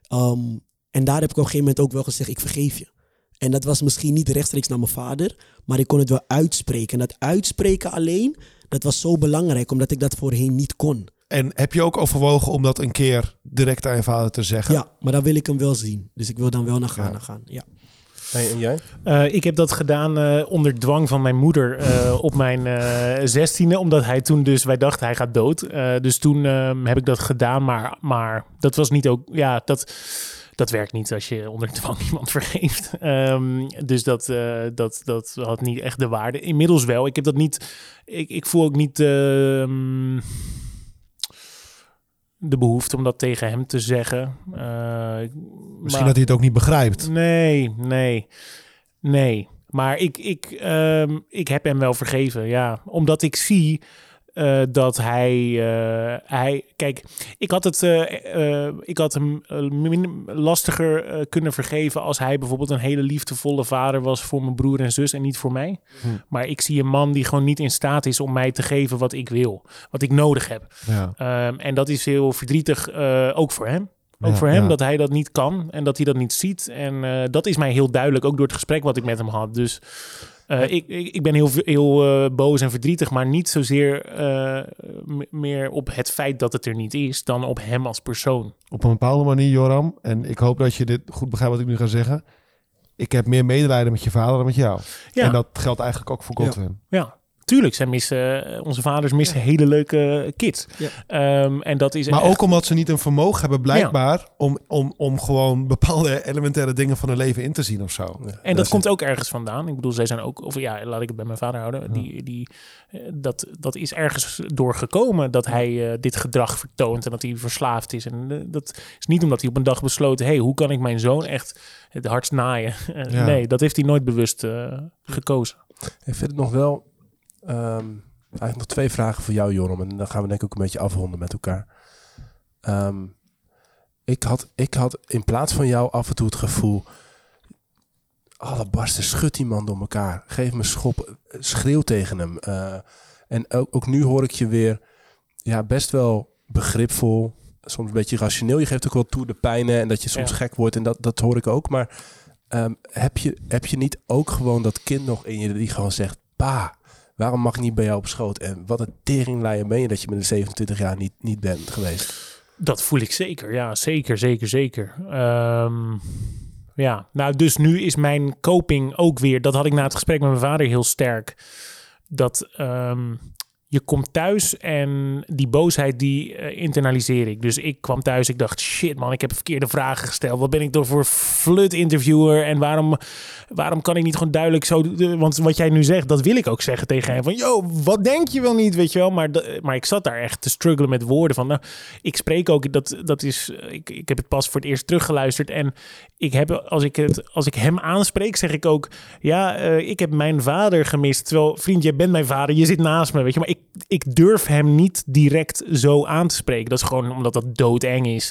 En daar heb ik op een gegeven moment ook wel gezegd, ik vergeef je. En dat was misschien niet rechtstreeks naar mijn vader, maar ik kon het wel uitspreken. En dat uitspreken alleen, dat was zo belangrijk, omdat ik dat voorheen niet kon. En heb je ook overwogen om dat een keer direct aan je vader te zeggen? Ja, maar dan wil ik hem wel zien. Dus ik wil dan wel naar gaan. Ja. Hey, en jij? Ik heb dat gedaan onder dwang van mijn moeder op mijn 16e. Omdat hij toen dus, wij dachten hij gaat dood. Dus toen heb ik dat gedaan. Maar dat was niet ook, ja, dat werkt niet als je onder dwang iemand vergeeft. Dus dat had niet echt de waarde. Inmiddels wel. Ik heb dat niet. Ik voel ook niet de behoefte om dat tegen hem te zeggen. Misschien dat hij het ook niet begrijpt. Nee. Maar ik heb hem wel vergeven, ja. Omdat ik zie dat hij... Kijk, ik had hem lastiger kunnen vergeven als hij bijvoorbeeld een hele liefdevolle vader was voor mijn broer en zus en niet voor mij. Maar ik zie een man die gewoon niet in staat is om mij te geven wat ik wil. Wat ik nodig heb. Ja. En dat is heel verdrietig, ook voor hem. Dat hij dat niet kan en dat hij dat niet ziet. En dat is mij heel duidelijk, ook door het gesprek wat ik met hem had. Dus ik ben heel boos en verdrietig, maar niet zozeer meer op het feit dat het er niet is, dan op hem als persoon. Op een bepaalde manier, Joram, en ik hoop dat je dit goed begrijpt wat ik nu ga zeggen. Ik heb meer medelijden met je vader dan met jou. Ja. En dat geldt eigenlijk ook voor Godwin. Ja. Tuurlijk, onze vaders missen hele leuke kids. Ja. En dat is maar echt... ook omdat ze niet een vermogen hebben, blijkbaar, om gewoon bepaalde elementaire dingen van hun leven in te zien of zo. Ja, en dat komt ook ergens vandaan. Ik bedoel, zij zijn ook, laat ik het bij mijn vader houden. Ja. Dat is ergens doorgekomen dat hij dit gedrag vertoont en dat hij verslaafd is. En dat is niet omdat hij op een dag besloten, hoe kan ik mijn zoon echt het hardst naaien? Nee, dat heeft hij nooit bewust gekozen. Ik vind het nog wel... eigenlijk nog 2 vragen voor jou, Joram. En dan gaan we denk ik ook een beetje afronden met elkaar. Ik had in plaats van jou af en toe het gevoel... Barsten, schud die man door elkaar. Geef me schop. Schreeuw tegen hem. En ook nu hoor ik je weer... Ja, best wel begripvol. Soms een beetje rationeel. Je geeft ook wel toe de pijnen en dat je soms gek wordt. En dat hoor ik ook. Maar Heb je niet ook gewoon dat kind nog in je die gewoon zegt... Pa, waarom mag ik niet bij jou op schoot? En wat een teringleier ben je dat je met een 27 jaar niet bent geweest? Dat voel ik zeker. Ja, zeker. Ja, nou dus nu is mijn coping ook weer... Dat had ik na het gesprek met mijn vader heel sterk. Dat je komt thuis en die boosheid die internaliseer ik. Dus ik kwam thuis, ik dacht, shit man, ik heb verkeerde vragen gesteld. Wat ben ik toch voor flut interviewer? En waarom kan ik niet gewoon duidelijk zo... Want wat jij nu zegt, dat wil ik ook zeggen tegen hem. Van, yo, wat denk je wel niet, weet je wel? Maar ik zat daar echt te struggelen met woorden van... Nou, ik spreek ook, dat is... Ik heb het pas voor het eerst teruggeluisterd. En ik heb, als ik hem aanspreek, zeg ik ook... Ja, ik heb mijn vader gemist. Terwijl, vriend, jij bent mijn vader, je zit naast me, weet je. Maar ik durf hem niet direct zo aan te spreken. Dat is gewoon omdat dat doodeng is.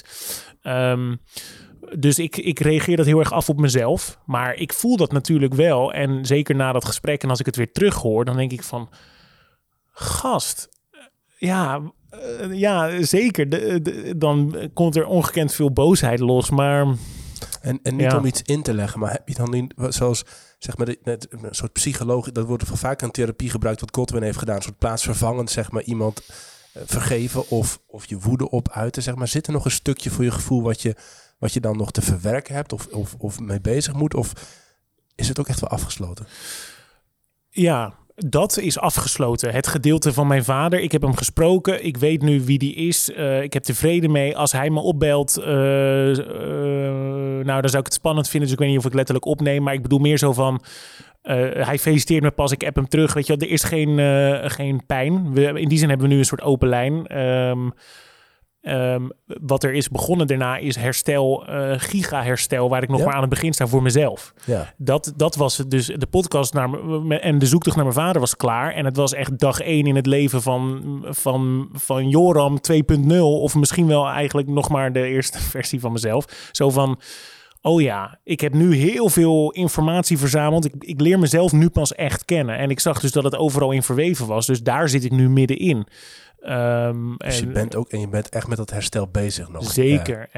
Dus ik reageer dat heel erg af op mezelf. Maar ik voel dat natuurlijk wel. En zeker na dat gesprek en als ik het weer terughoor... dan denk ik van... Gast, ja zeker. Dan komt er ongekend veel boosheid los. Maar... En niet om iets in te leggen, maar heb je dan niet... Zoals, zeg maar, net een soort psycholoog... Dat wordt vaak in therapie gebruikt wat Godwin heeft gedaan. Een soort plaatsvervangend, zeg maar, iemand vergeven of je woede opuiten. Zeg maar. Zit er nog een stukje voor je gevoel wat je dan nog te verwerken hebt of mee bezig moet? Of is het ook echt wel afgesloten? Ja, dat is afgesloten. Het gedeelte van mijn vader. Ik heb hem gesproken. Ik weet nu wie die is. Ik heb tevreden mee. Als hij me opbelt... nou, dan zou ik het spannend vinden. Dus ik weet niet of ik letterlijk opneem. Maar ik bedoel meer zo van... hij feliciteert me pas. Ik app hem terug. Weet je, er is geen pijn. In die zin hebben we nu een soort open lijn. Wat er is begonnen daarna is herstel, giga-herstel... waar ik nog maar aan het begin sta voor mezelf. Ja. Dat was het. Dus de podcast en de zoektocht naar mijn vader was klaar. En het was echt dag 1 in het leven van Joram 2.0... of misschien wel eigenlijk nog maar de eerste versie van mezelf. Zo van... Oh ja, ik heb nu heel veel informatie verzameld. Ik leer mezelf nu pas echt kennen. En ik zag dus dat het overal in verweven was. Dus daar zit ik nu middenin. Dus je bent echt met dat herstel bezig nog. Zeker.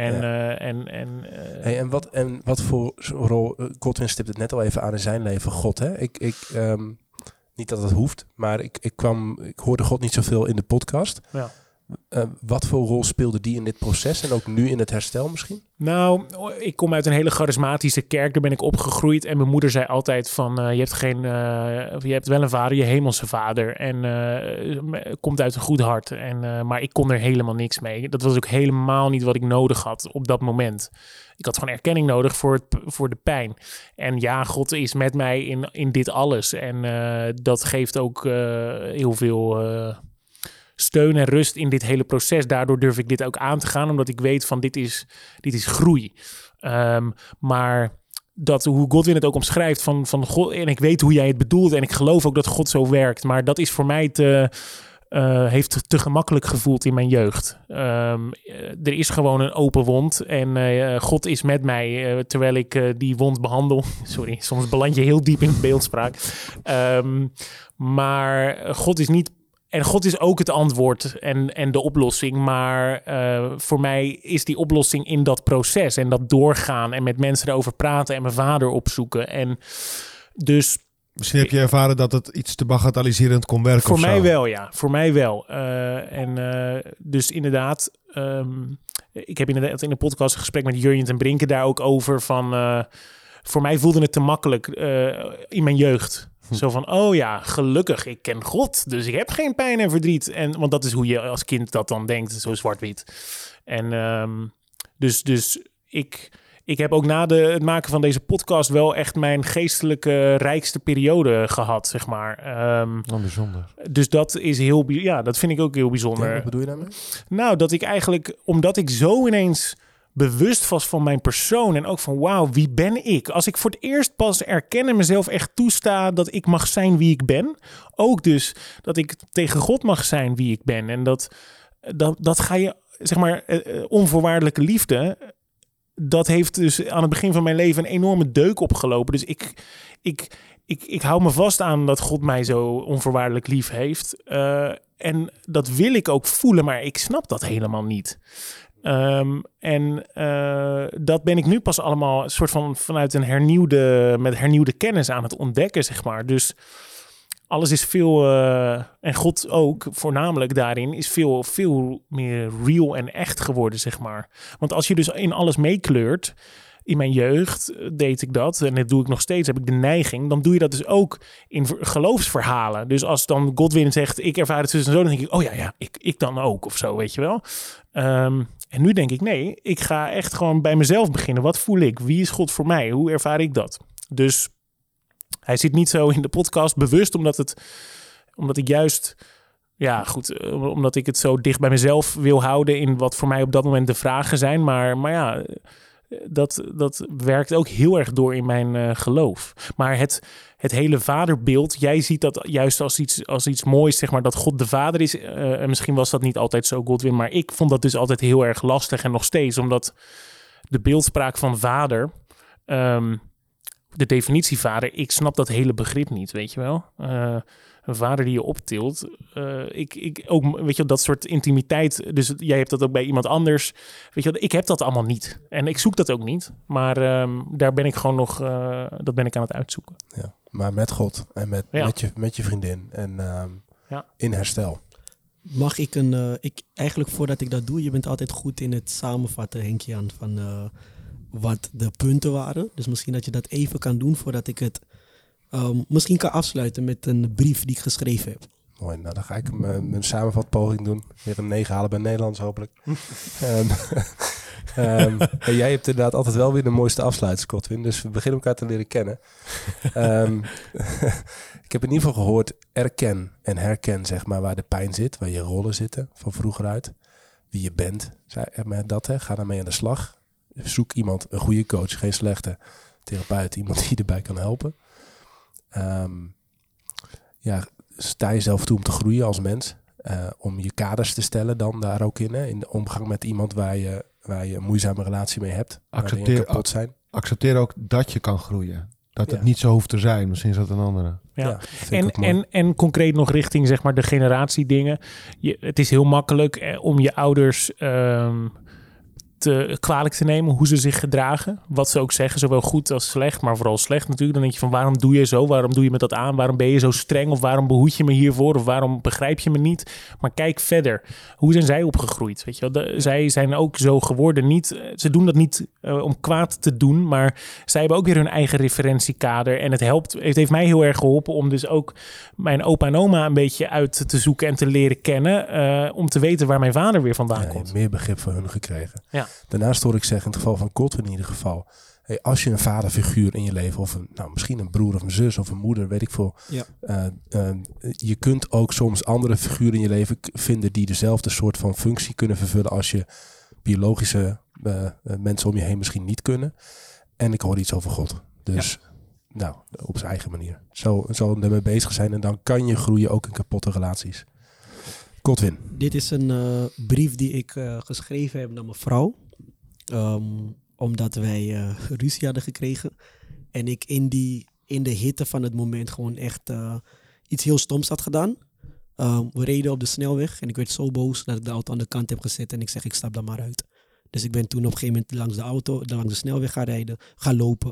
En wat voor rol... Godwin stipt het net al even aan in zijn leven. God, hè? Niet dat het hoeft, maar ik hoorde God niet zoveel in de podcast. Ja. Wat voor rol speelde die in dit proces en ook nu in het herstel misschien? Nou, ik kom uit een hele charismatische kerk. Daar ben ik opgegroeid. En mijn moeder zei altijd van... je hebt wel een vader, je hemelse vader. En komt uit een goed hart. Maar ik kon er helemaal niks mee. Dat was ook helemaal niet wat ik nodig had op dat moment. Ik had gewoon erkenning nodig voor de pijn. En ja, God is met mij in dit alles. En dat geeft ook heel veel... steun en rust in dit hele proces. Daardoor durf ik dit ook aan te gaan, omdat ik weet van dit is groei. Maar dat hoe Godwin het ook omschrijft van God, en ik weet hoe jij het bedoelt en ik geloof ook dat God zo werkt, maar dat is voor mij heeft te gemakkelijk gevoeld in mijn jeugd. Er is gewoon een open wond en God is met mij terwijl ik die wond behandel. Sorry, soms beland je heel diep in beeldspraak. Maar God is niet... En God is ook het antwoord en de oplossing. Maar voor mij is die oplossing in dat proces. En dat doorgaan en met mensen erover praten en mijn vader opzoeken. En dus... Misschien heb je ervaren dat het iets te bagatelliserend kon werken. Voor mij wel, ja. Voor mij wel. Dus inderdaad... ik heb inderdaad in de podcast een gesprek met Jurjen ten Brinke daar ook over van... voor mij voelde het te makkelijk in mijn jeugd. Zo van, oh ja, gelukkig, ik ken God. Dus ik heb geen pijn en verdriet. Want dat is hoe je als kind dat dan denkt, zo zwart-wit. En dus ik heb ook na het maken van deze podcast... wel echt mijn geestelijke rijkste periode gehad, zeg maar. Bijzonder. Dus dat is dat vind ik ook heel bijzonder. Ja, wat bedoel je daarmee? Nou, dat ik eigenlijk, omdat ik zo ineens... bewust was van mijn persoon en ook van wauw, wie ben ik? Als ik voor het eerst pas erken en mezelf echt toesta dat ik mag zijn wie ik ben. Ook dus dat ik tegen God mag zijn wie ik ben. En dat ga je, zeg maar, onvoorwaardelijke liefde, dat heeft dus aan het begin van mijn leven een enorme deuk opgelopen. Dus ik hou me vast aan dat God mij zo onvoorwaardelijk lief heeft. En dat wil ik ook voelen, maar ik snap dat helemaal niet. Dat ben ik nu pas allemaal een soort van vanuit met hernieuwde kennis aan het ontdekken, zeg maar. Dus alles is veel, en God ook voornamelijk daarin, is veel meer real en echt geworden, zeg maar. Want als je dus in alles meekleurt, in mijn jeugd deed ik dat, en dat doe ik nog steeds, heb ik de neiging, dan doe je dat dus ook in geloofsverhalen. Dus als dan Godwin zegt, ik ervaar het tussen en zo, dan denk ik, oh ja, ik dan ook, of zo, weet je wel. En nu denk ik, nee, ik ga echt gewoon bij mezelf beginnen. Wat voel ik? Wie is God voor mij? Hoe ervaar ik dat? Dus hij zit niet zo in de podcast bewust, omdat ik juist, omdat ik het zo dicht bij mezelf wil houden in wat voor mij op dat moment de vragen zijn. Maar ja, dat werkt ook heel erg door in mijn geloof. Maar het hele vaderbeeld, jij ziet dat juist als iets moois, zeg maar, dat God de vader is. En misschien was dat niet altijd zo, Godwin, maar ik vond dat dus altijd heel erg lastig en nog steeds, omdat de beeldspraak van vader, de definitie vader, ik snap dat hele begrip niet, weet je wel. Een vader die je optilt. Ik ook, weet je, dat soort intimiteit. Dus jij hebt dat ook bij iemand anders. Weet je, ik heb dat allemaal niet. En ik zoek dat ook niet. Maar daar ben ik gewoon nog, dat ben ik aan het uitzoeken. Ja, maar met God en met je vriendin en in herstel. Mag ik eigenlijk voordat ik dat doe, je bent altijd goed in het samenvatten, Henk-Jan, van wat de punten waren. Dus misschien dat je dat even kan doen voordat ik het misschien kan afsluiten met een brief die ik geschreven heb. Mooi, nou dan ga ik mijn samenvatpoging doen. Weer een 9 halen bij Nederlands hopelijk. Jij hebt inderdaad altijd wel weer de mooiste afsluiters, Godwin. Dus we beginnen elkaar te leren kennen. Ik heb in ieder geval gehoord, erken en herken, zeg maar, waar de pijn zit. Waar je rollen zitten van vroeger uit. Wie je bent. Ga daarmee aan de slag. Zoek iemand, een goede coach, geen slechte therapeut. Iemand die erbij kan helpen. Sta jezelf toe om te groeien als mens. Om je kaders te stellen dan daar ook in. Hè? In de omgang met iemand waar je een moeizame relatie mee hebt. Accepteer ook dat je kan groeien. Dat het niet zo hoeft te zijn. Misschien is dat een andere. Ja. En concreet nog richting, zeg maar, de generatiedingen. Het is heel makkelijk om je ouders kwalijk te nemen hoe ze zich gedragen. Wat ze ook zeggen, zowel goed als slecht, maar vooral slecht natuurlijk. Dan denk je van, waarom doe je zo? Waarom doe je me dat aan? Waarom ben je zo streng? Of waarom behoed je me hiervoor? Of waarom begrijp je me niet? Maar kijk verder. Hoe zijn zij opgegroeid? Weet je wel? Zij zijn ook zo geworden. Ze doen dat niet om kwaad te doen, maar zij hebben ook weer hun eigen referentiekader. En het heeft mij heel erg geholpen om dus ook mijn opa en oma een beetje uit te zoeken en te leren kennen. Om te weten waar mijn vader weer vandaan komt. Meer begrip voor hun gekregen. Ja. Daarnaast hoor ik zeggen, in het geval van Godwin in ieder geval, als je een vaderfiguur in je leven, of misschien een broer of een zus of een moeder, weet ik veel. Ja. Je kunt ook soms andere figuren in je leven vinden die dezelfde soort van functie kunnen vervullen als je biologische mensen om je heen misschien niet kunnen. En ik hoor iets over God. Dus op zijn eigen manier. Zo ermee bezig zijn en dan kan je groeien ook in kapotte relaties. Godwin. Dit is een brief die ik geschreven heb naar mijn vrouw. Omdat wij ruzie hadden gekregen. En ik in de hitte van het moment gewoon echt iets heel stoms had gedaan. We reden op de snelweg en ik werd zo boos dat ik de auto aan de kant heb gezet. En ik zeg, ik stap daar maar uit. Dus ik ben toen op een gegeven moment langs de snelweg gaan lopen.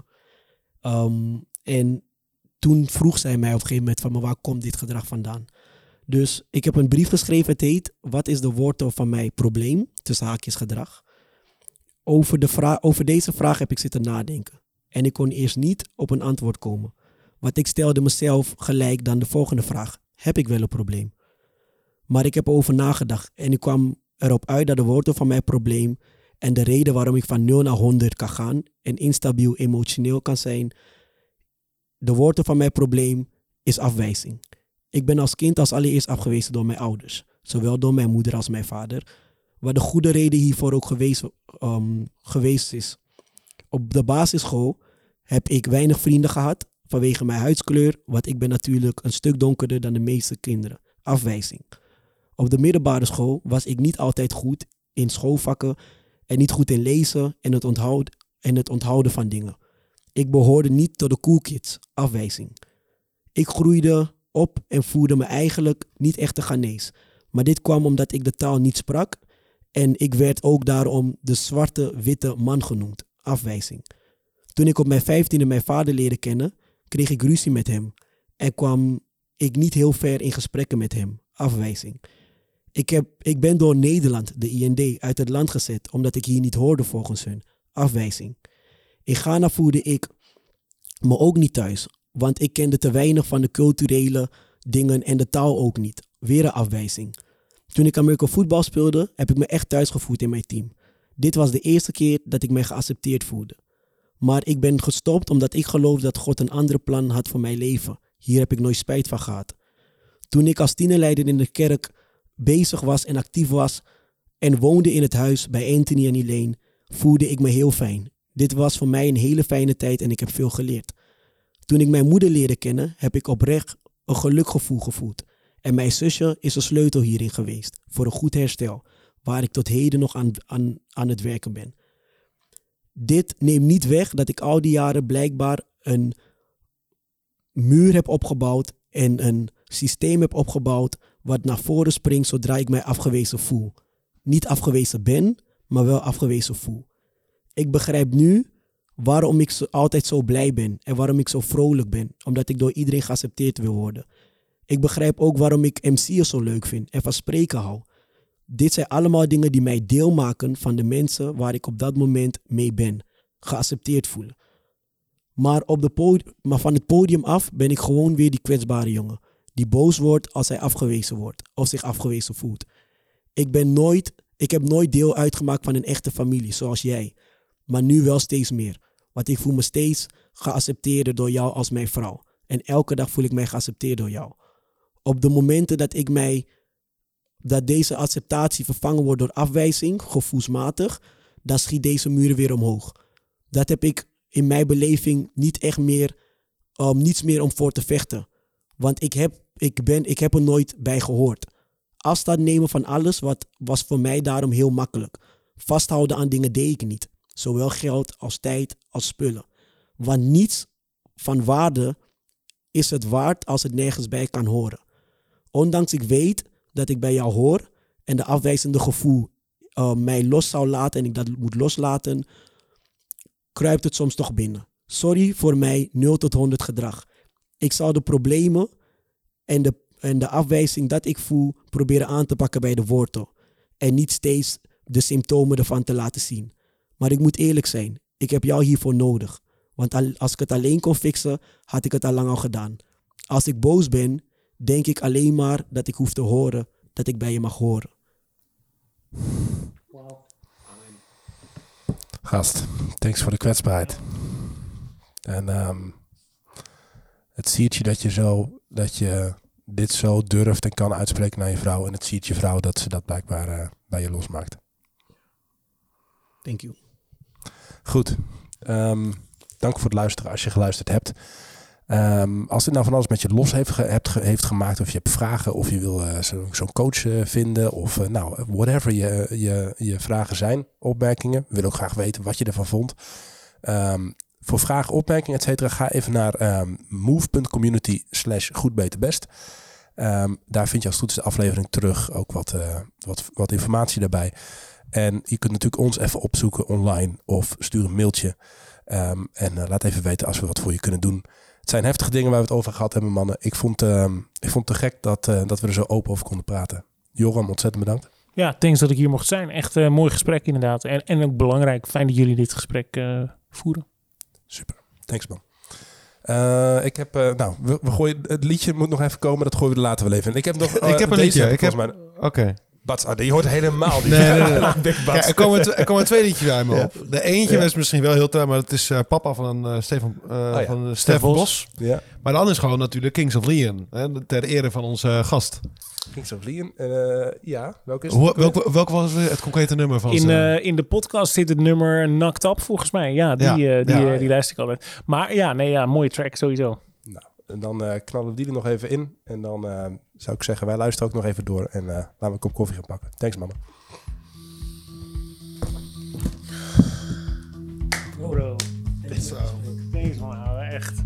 En toen vroeg zij mij op een gegeven moment van, maar waar komt dit gedrag vandaan? Dus ik heb een brief geschreven, het heet, wat is de wortel van mijn probleem? Tussen haakjes gedrag. Over deze vraag heb ik zitten nadenken. En ik kon eerst niet op een antwoord komen. Want ik stelde mezelf gelijk dan de volgende vraag. Heb ik wel een probleem? Maar ik heb erover nagedacht en ik kwam erop uit dat de wortel van mijn probleem en de reden waarom ik van 0 naar 100 kan gaan en instabiel emotioneel kan zijn, de wortel van mijn probleem is afwijzing. Ik ben als kind als allereerst afgewezen door mijn ouders. Zowel door mijn moeder als mijn vader. Wat de goede reden hiervoor ook geweest is. Op de basisschool heb ik weinig vrienden gehad vanwege mijn huidskleur. Want ik ben natuurlijk een stuk donkerder dan de meeste kinderen. Afwijzing. Op de middelbare school was ik niet altijd goed in schoolvakken. En niet goed in lezen en het onthouden van dingen. Ik behoorde niet tot de cool kids. Afwijzing. Ik groeide op en voelde me eigenlijk niet echt een Ghanese. Maar dit kwam omdat ik de taal niet sprak En ik werd ook daarom de zwarte-witte man genoemd. Afwijzing. Toen ik op mijn 15e mijn vader leerde kennen, kreeg ik ruzie met hem. En kwam ik niet heel ver in gesprekken met hem. Afwijzing. Ik ben door Nederland, de IND, uit het land gezet omdat ik hier niet hoorde volgens hun. Afwijzing. In Ghana voelde ik me ook niet thuis, want ik kende te weinig van de culturele dingen en de taal ook niet. Weer een afwijzing. Toen ik American voetbal speelde, heb ik me echt thuis gevoeld in mijn team. Dit was de eerste keer dat ik mij geaccepteerd voelde. Maar ik ben gestopt omdat ik geloof dat God een ander plan had voor mijn leven. Hier heb ik nooit spijt van gehad. Toen ik als tienerleider in de kerk bezig was en actief was en woonde in het huis bij Anthony en Elaine, voelde ik me heel fijn. Dit was voor mij een hele fijne tijd en ik heb veel geleerd. Toen ik mijn moeder leerde kennen, heb ik oprecht een gelukgevoel gevoeld. En mijn zusje is een sleutel hierin geweest, voor een goed herstel, waar ik tot heden nog aan het werken ben. Dit neemt niet weg dat ik al die jaren blijkbaar een muur heb opgebouwd en een systeem heb opgebouwd wat naar voren springt zodra ik mij afgewezen voel. Niet afgewezen ben, maar wel afgewezen voel. Ik begrijp nu waarom ik altijd zo blij ben en waarom ik zo vrolijk ben, omdat ik door iedereen geaccepteerd wil worden. Ik begrijp ook waarom ik MC'en zo leuk vind en van spreken hou. Dit zijn allemaal dingen die mij deel maken van de mensen waar ik op dat moment mee ben. Geaccepteerd voelen. Maar van het podium af ben ik gewoon weer die kwetsbare jongen. Die boos wordt als hij afgewezen wordt of zich afgewezen voelt. Ik heb nooit deel uitgemaakt van een echte familie zoals jij. Maar nu wel steeds meer. Want ik voel me steeds geaccepteerder door jou als mijn vrouw. En elke dag voel ik mij geaccepteerd door jou. Op de momenten dat deze acceptatie vervangen wordt door afwijzing, gevoelsmatig, dan schiet deze muren weer omhoog. Dat heb ik in mijn beleving niet echt meer, niets meer om voor te vechten. Want ik heb er nooit bij gehoord. Afstand nemen van alles was voor mij daarom heel makkelijk. Vasthouden aan dingen deed ik niet. Zowel geld als tijd als spullen. Want niets van waarde is het waard als het nergens bij kan horen. Ondanks ik weet dat ik bij jou hoor en de afwijzende gevoel mij los zou laten en ik dat moet loslaten, kruipt het soms toch binnen. Sorry voor mij 0 tot 100 gedrag. Ik zal de problemen en de afwijzing dat ik voel proberen aan te pakken bij de wortel. En niet steeds de symptomen ervan te laten zien. Maar ik moet eerlijk zijn, ik heb jou hiervoor nodig. Want als ik het alleen kon fixen, had ik het al lang al gedaan. Als ik boos ben, denk ik alleen maar dat ik hoef te horen dat ik bij je mag horen. Gast, thanks voor de kwetsbaarheid. En het ziet je dat je dit zo durft en kan uitspreken naar je vrouw. En het ziet je vrouw dat ze dat blijkbaar bij je losmaakt. Thank you. Goed. Dank voor het luisteren als je geluisterd hebt. Als dit nou van alles met je los heeft gemaakt, of je hebt vragen, of je wil zo'n coach vinden, of whatever je vragen zijn, opmerkingen. We willen ook graag weten wat je ervan vond. Voor vragen, opmerkingen, et cetera, ga even naar move.community/goedbeterbest. Daar vind je als het goed is de aflevering terug, ook wat informatie daarbij. En je kunt natuurlijk ons even opzoeken online of stuur een mailtje. En laat even weten als we wat voor je kunnen doen. Het zijn heftige dingen waar we het over gehad hebben, mannen. Ik vond het te gek dat we er zo open over konden praten. Joram, ontzettend bedankt. Ja, thanks dat ik hier mocht zijn. Echt een mooi gesprek inderdaad. En ook belangrijk. Fijn dat jullie dit gesprek voeren. Super. Thanks, man. Ik heb, we gooien het liedje moet nog even komen. Dat gooien we er later wel even in. Ik heb nog. Ik heb een liedje. Oké. Die hoort helemaal niet. Nee. Kijk, er komen 2 liedjes bij me op. De eentje is misschien wel heel maar het is Papa van Stef Bos. Ja. Maar de andere is gewoon natuurlijk Kings of Leon. Hè, ter ere van onze gast. Kings of Leon. Welke is het? Welke was het concrete nummer van in de podcast zit het nummer Knocked Up volgens mij. Ja, die luister ik altijd. Maar mooie track sowieso. Nou, en dan knallen we die er nog even in. En dan zou ik zeggen, wij luisteren ook nog even door. En laten we een kop koffie gaan pakken. Thanks, mannen. Bro. Thanks, man. Echt.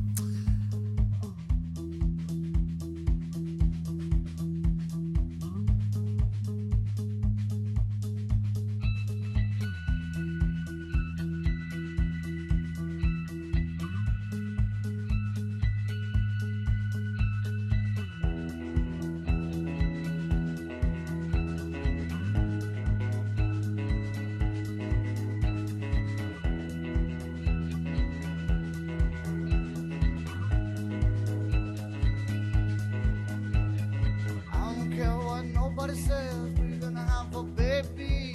nobody says we're gonna have a baby.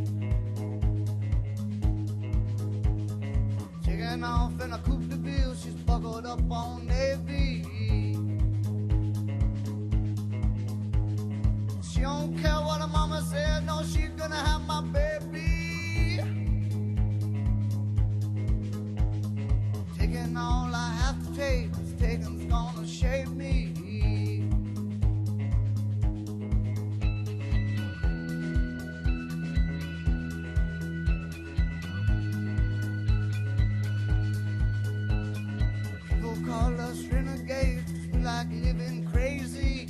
Taking off in a coupe de ville, she's buckled up on Navy. She don't care what her mama said, no, she's gonna have my baby. Taking all I have to take, this taking's gonna shape me. Call us renegades, 'cause we like living crazy.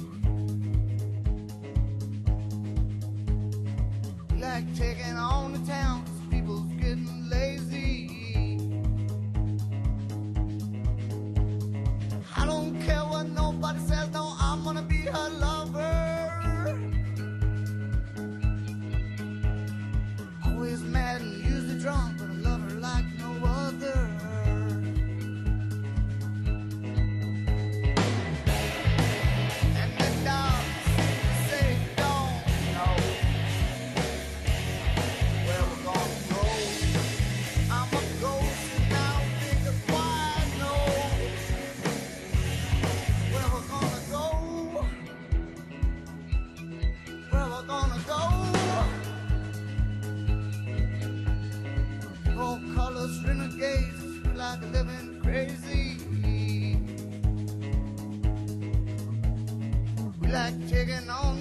We like taking on the town, 'cause people's getting lazy. I don't care what nobody says, no, I'm gonna be her lover. Always mad and usually drunk, but I love her like no other. Renegades, like living crazy. We like taking on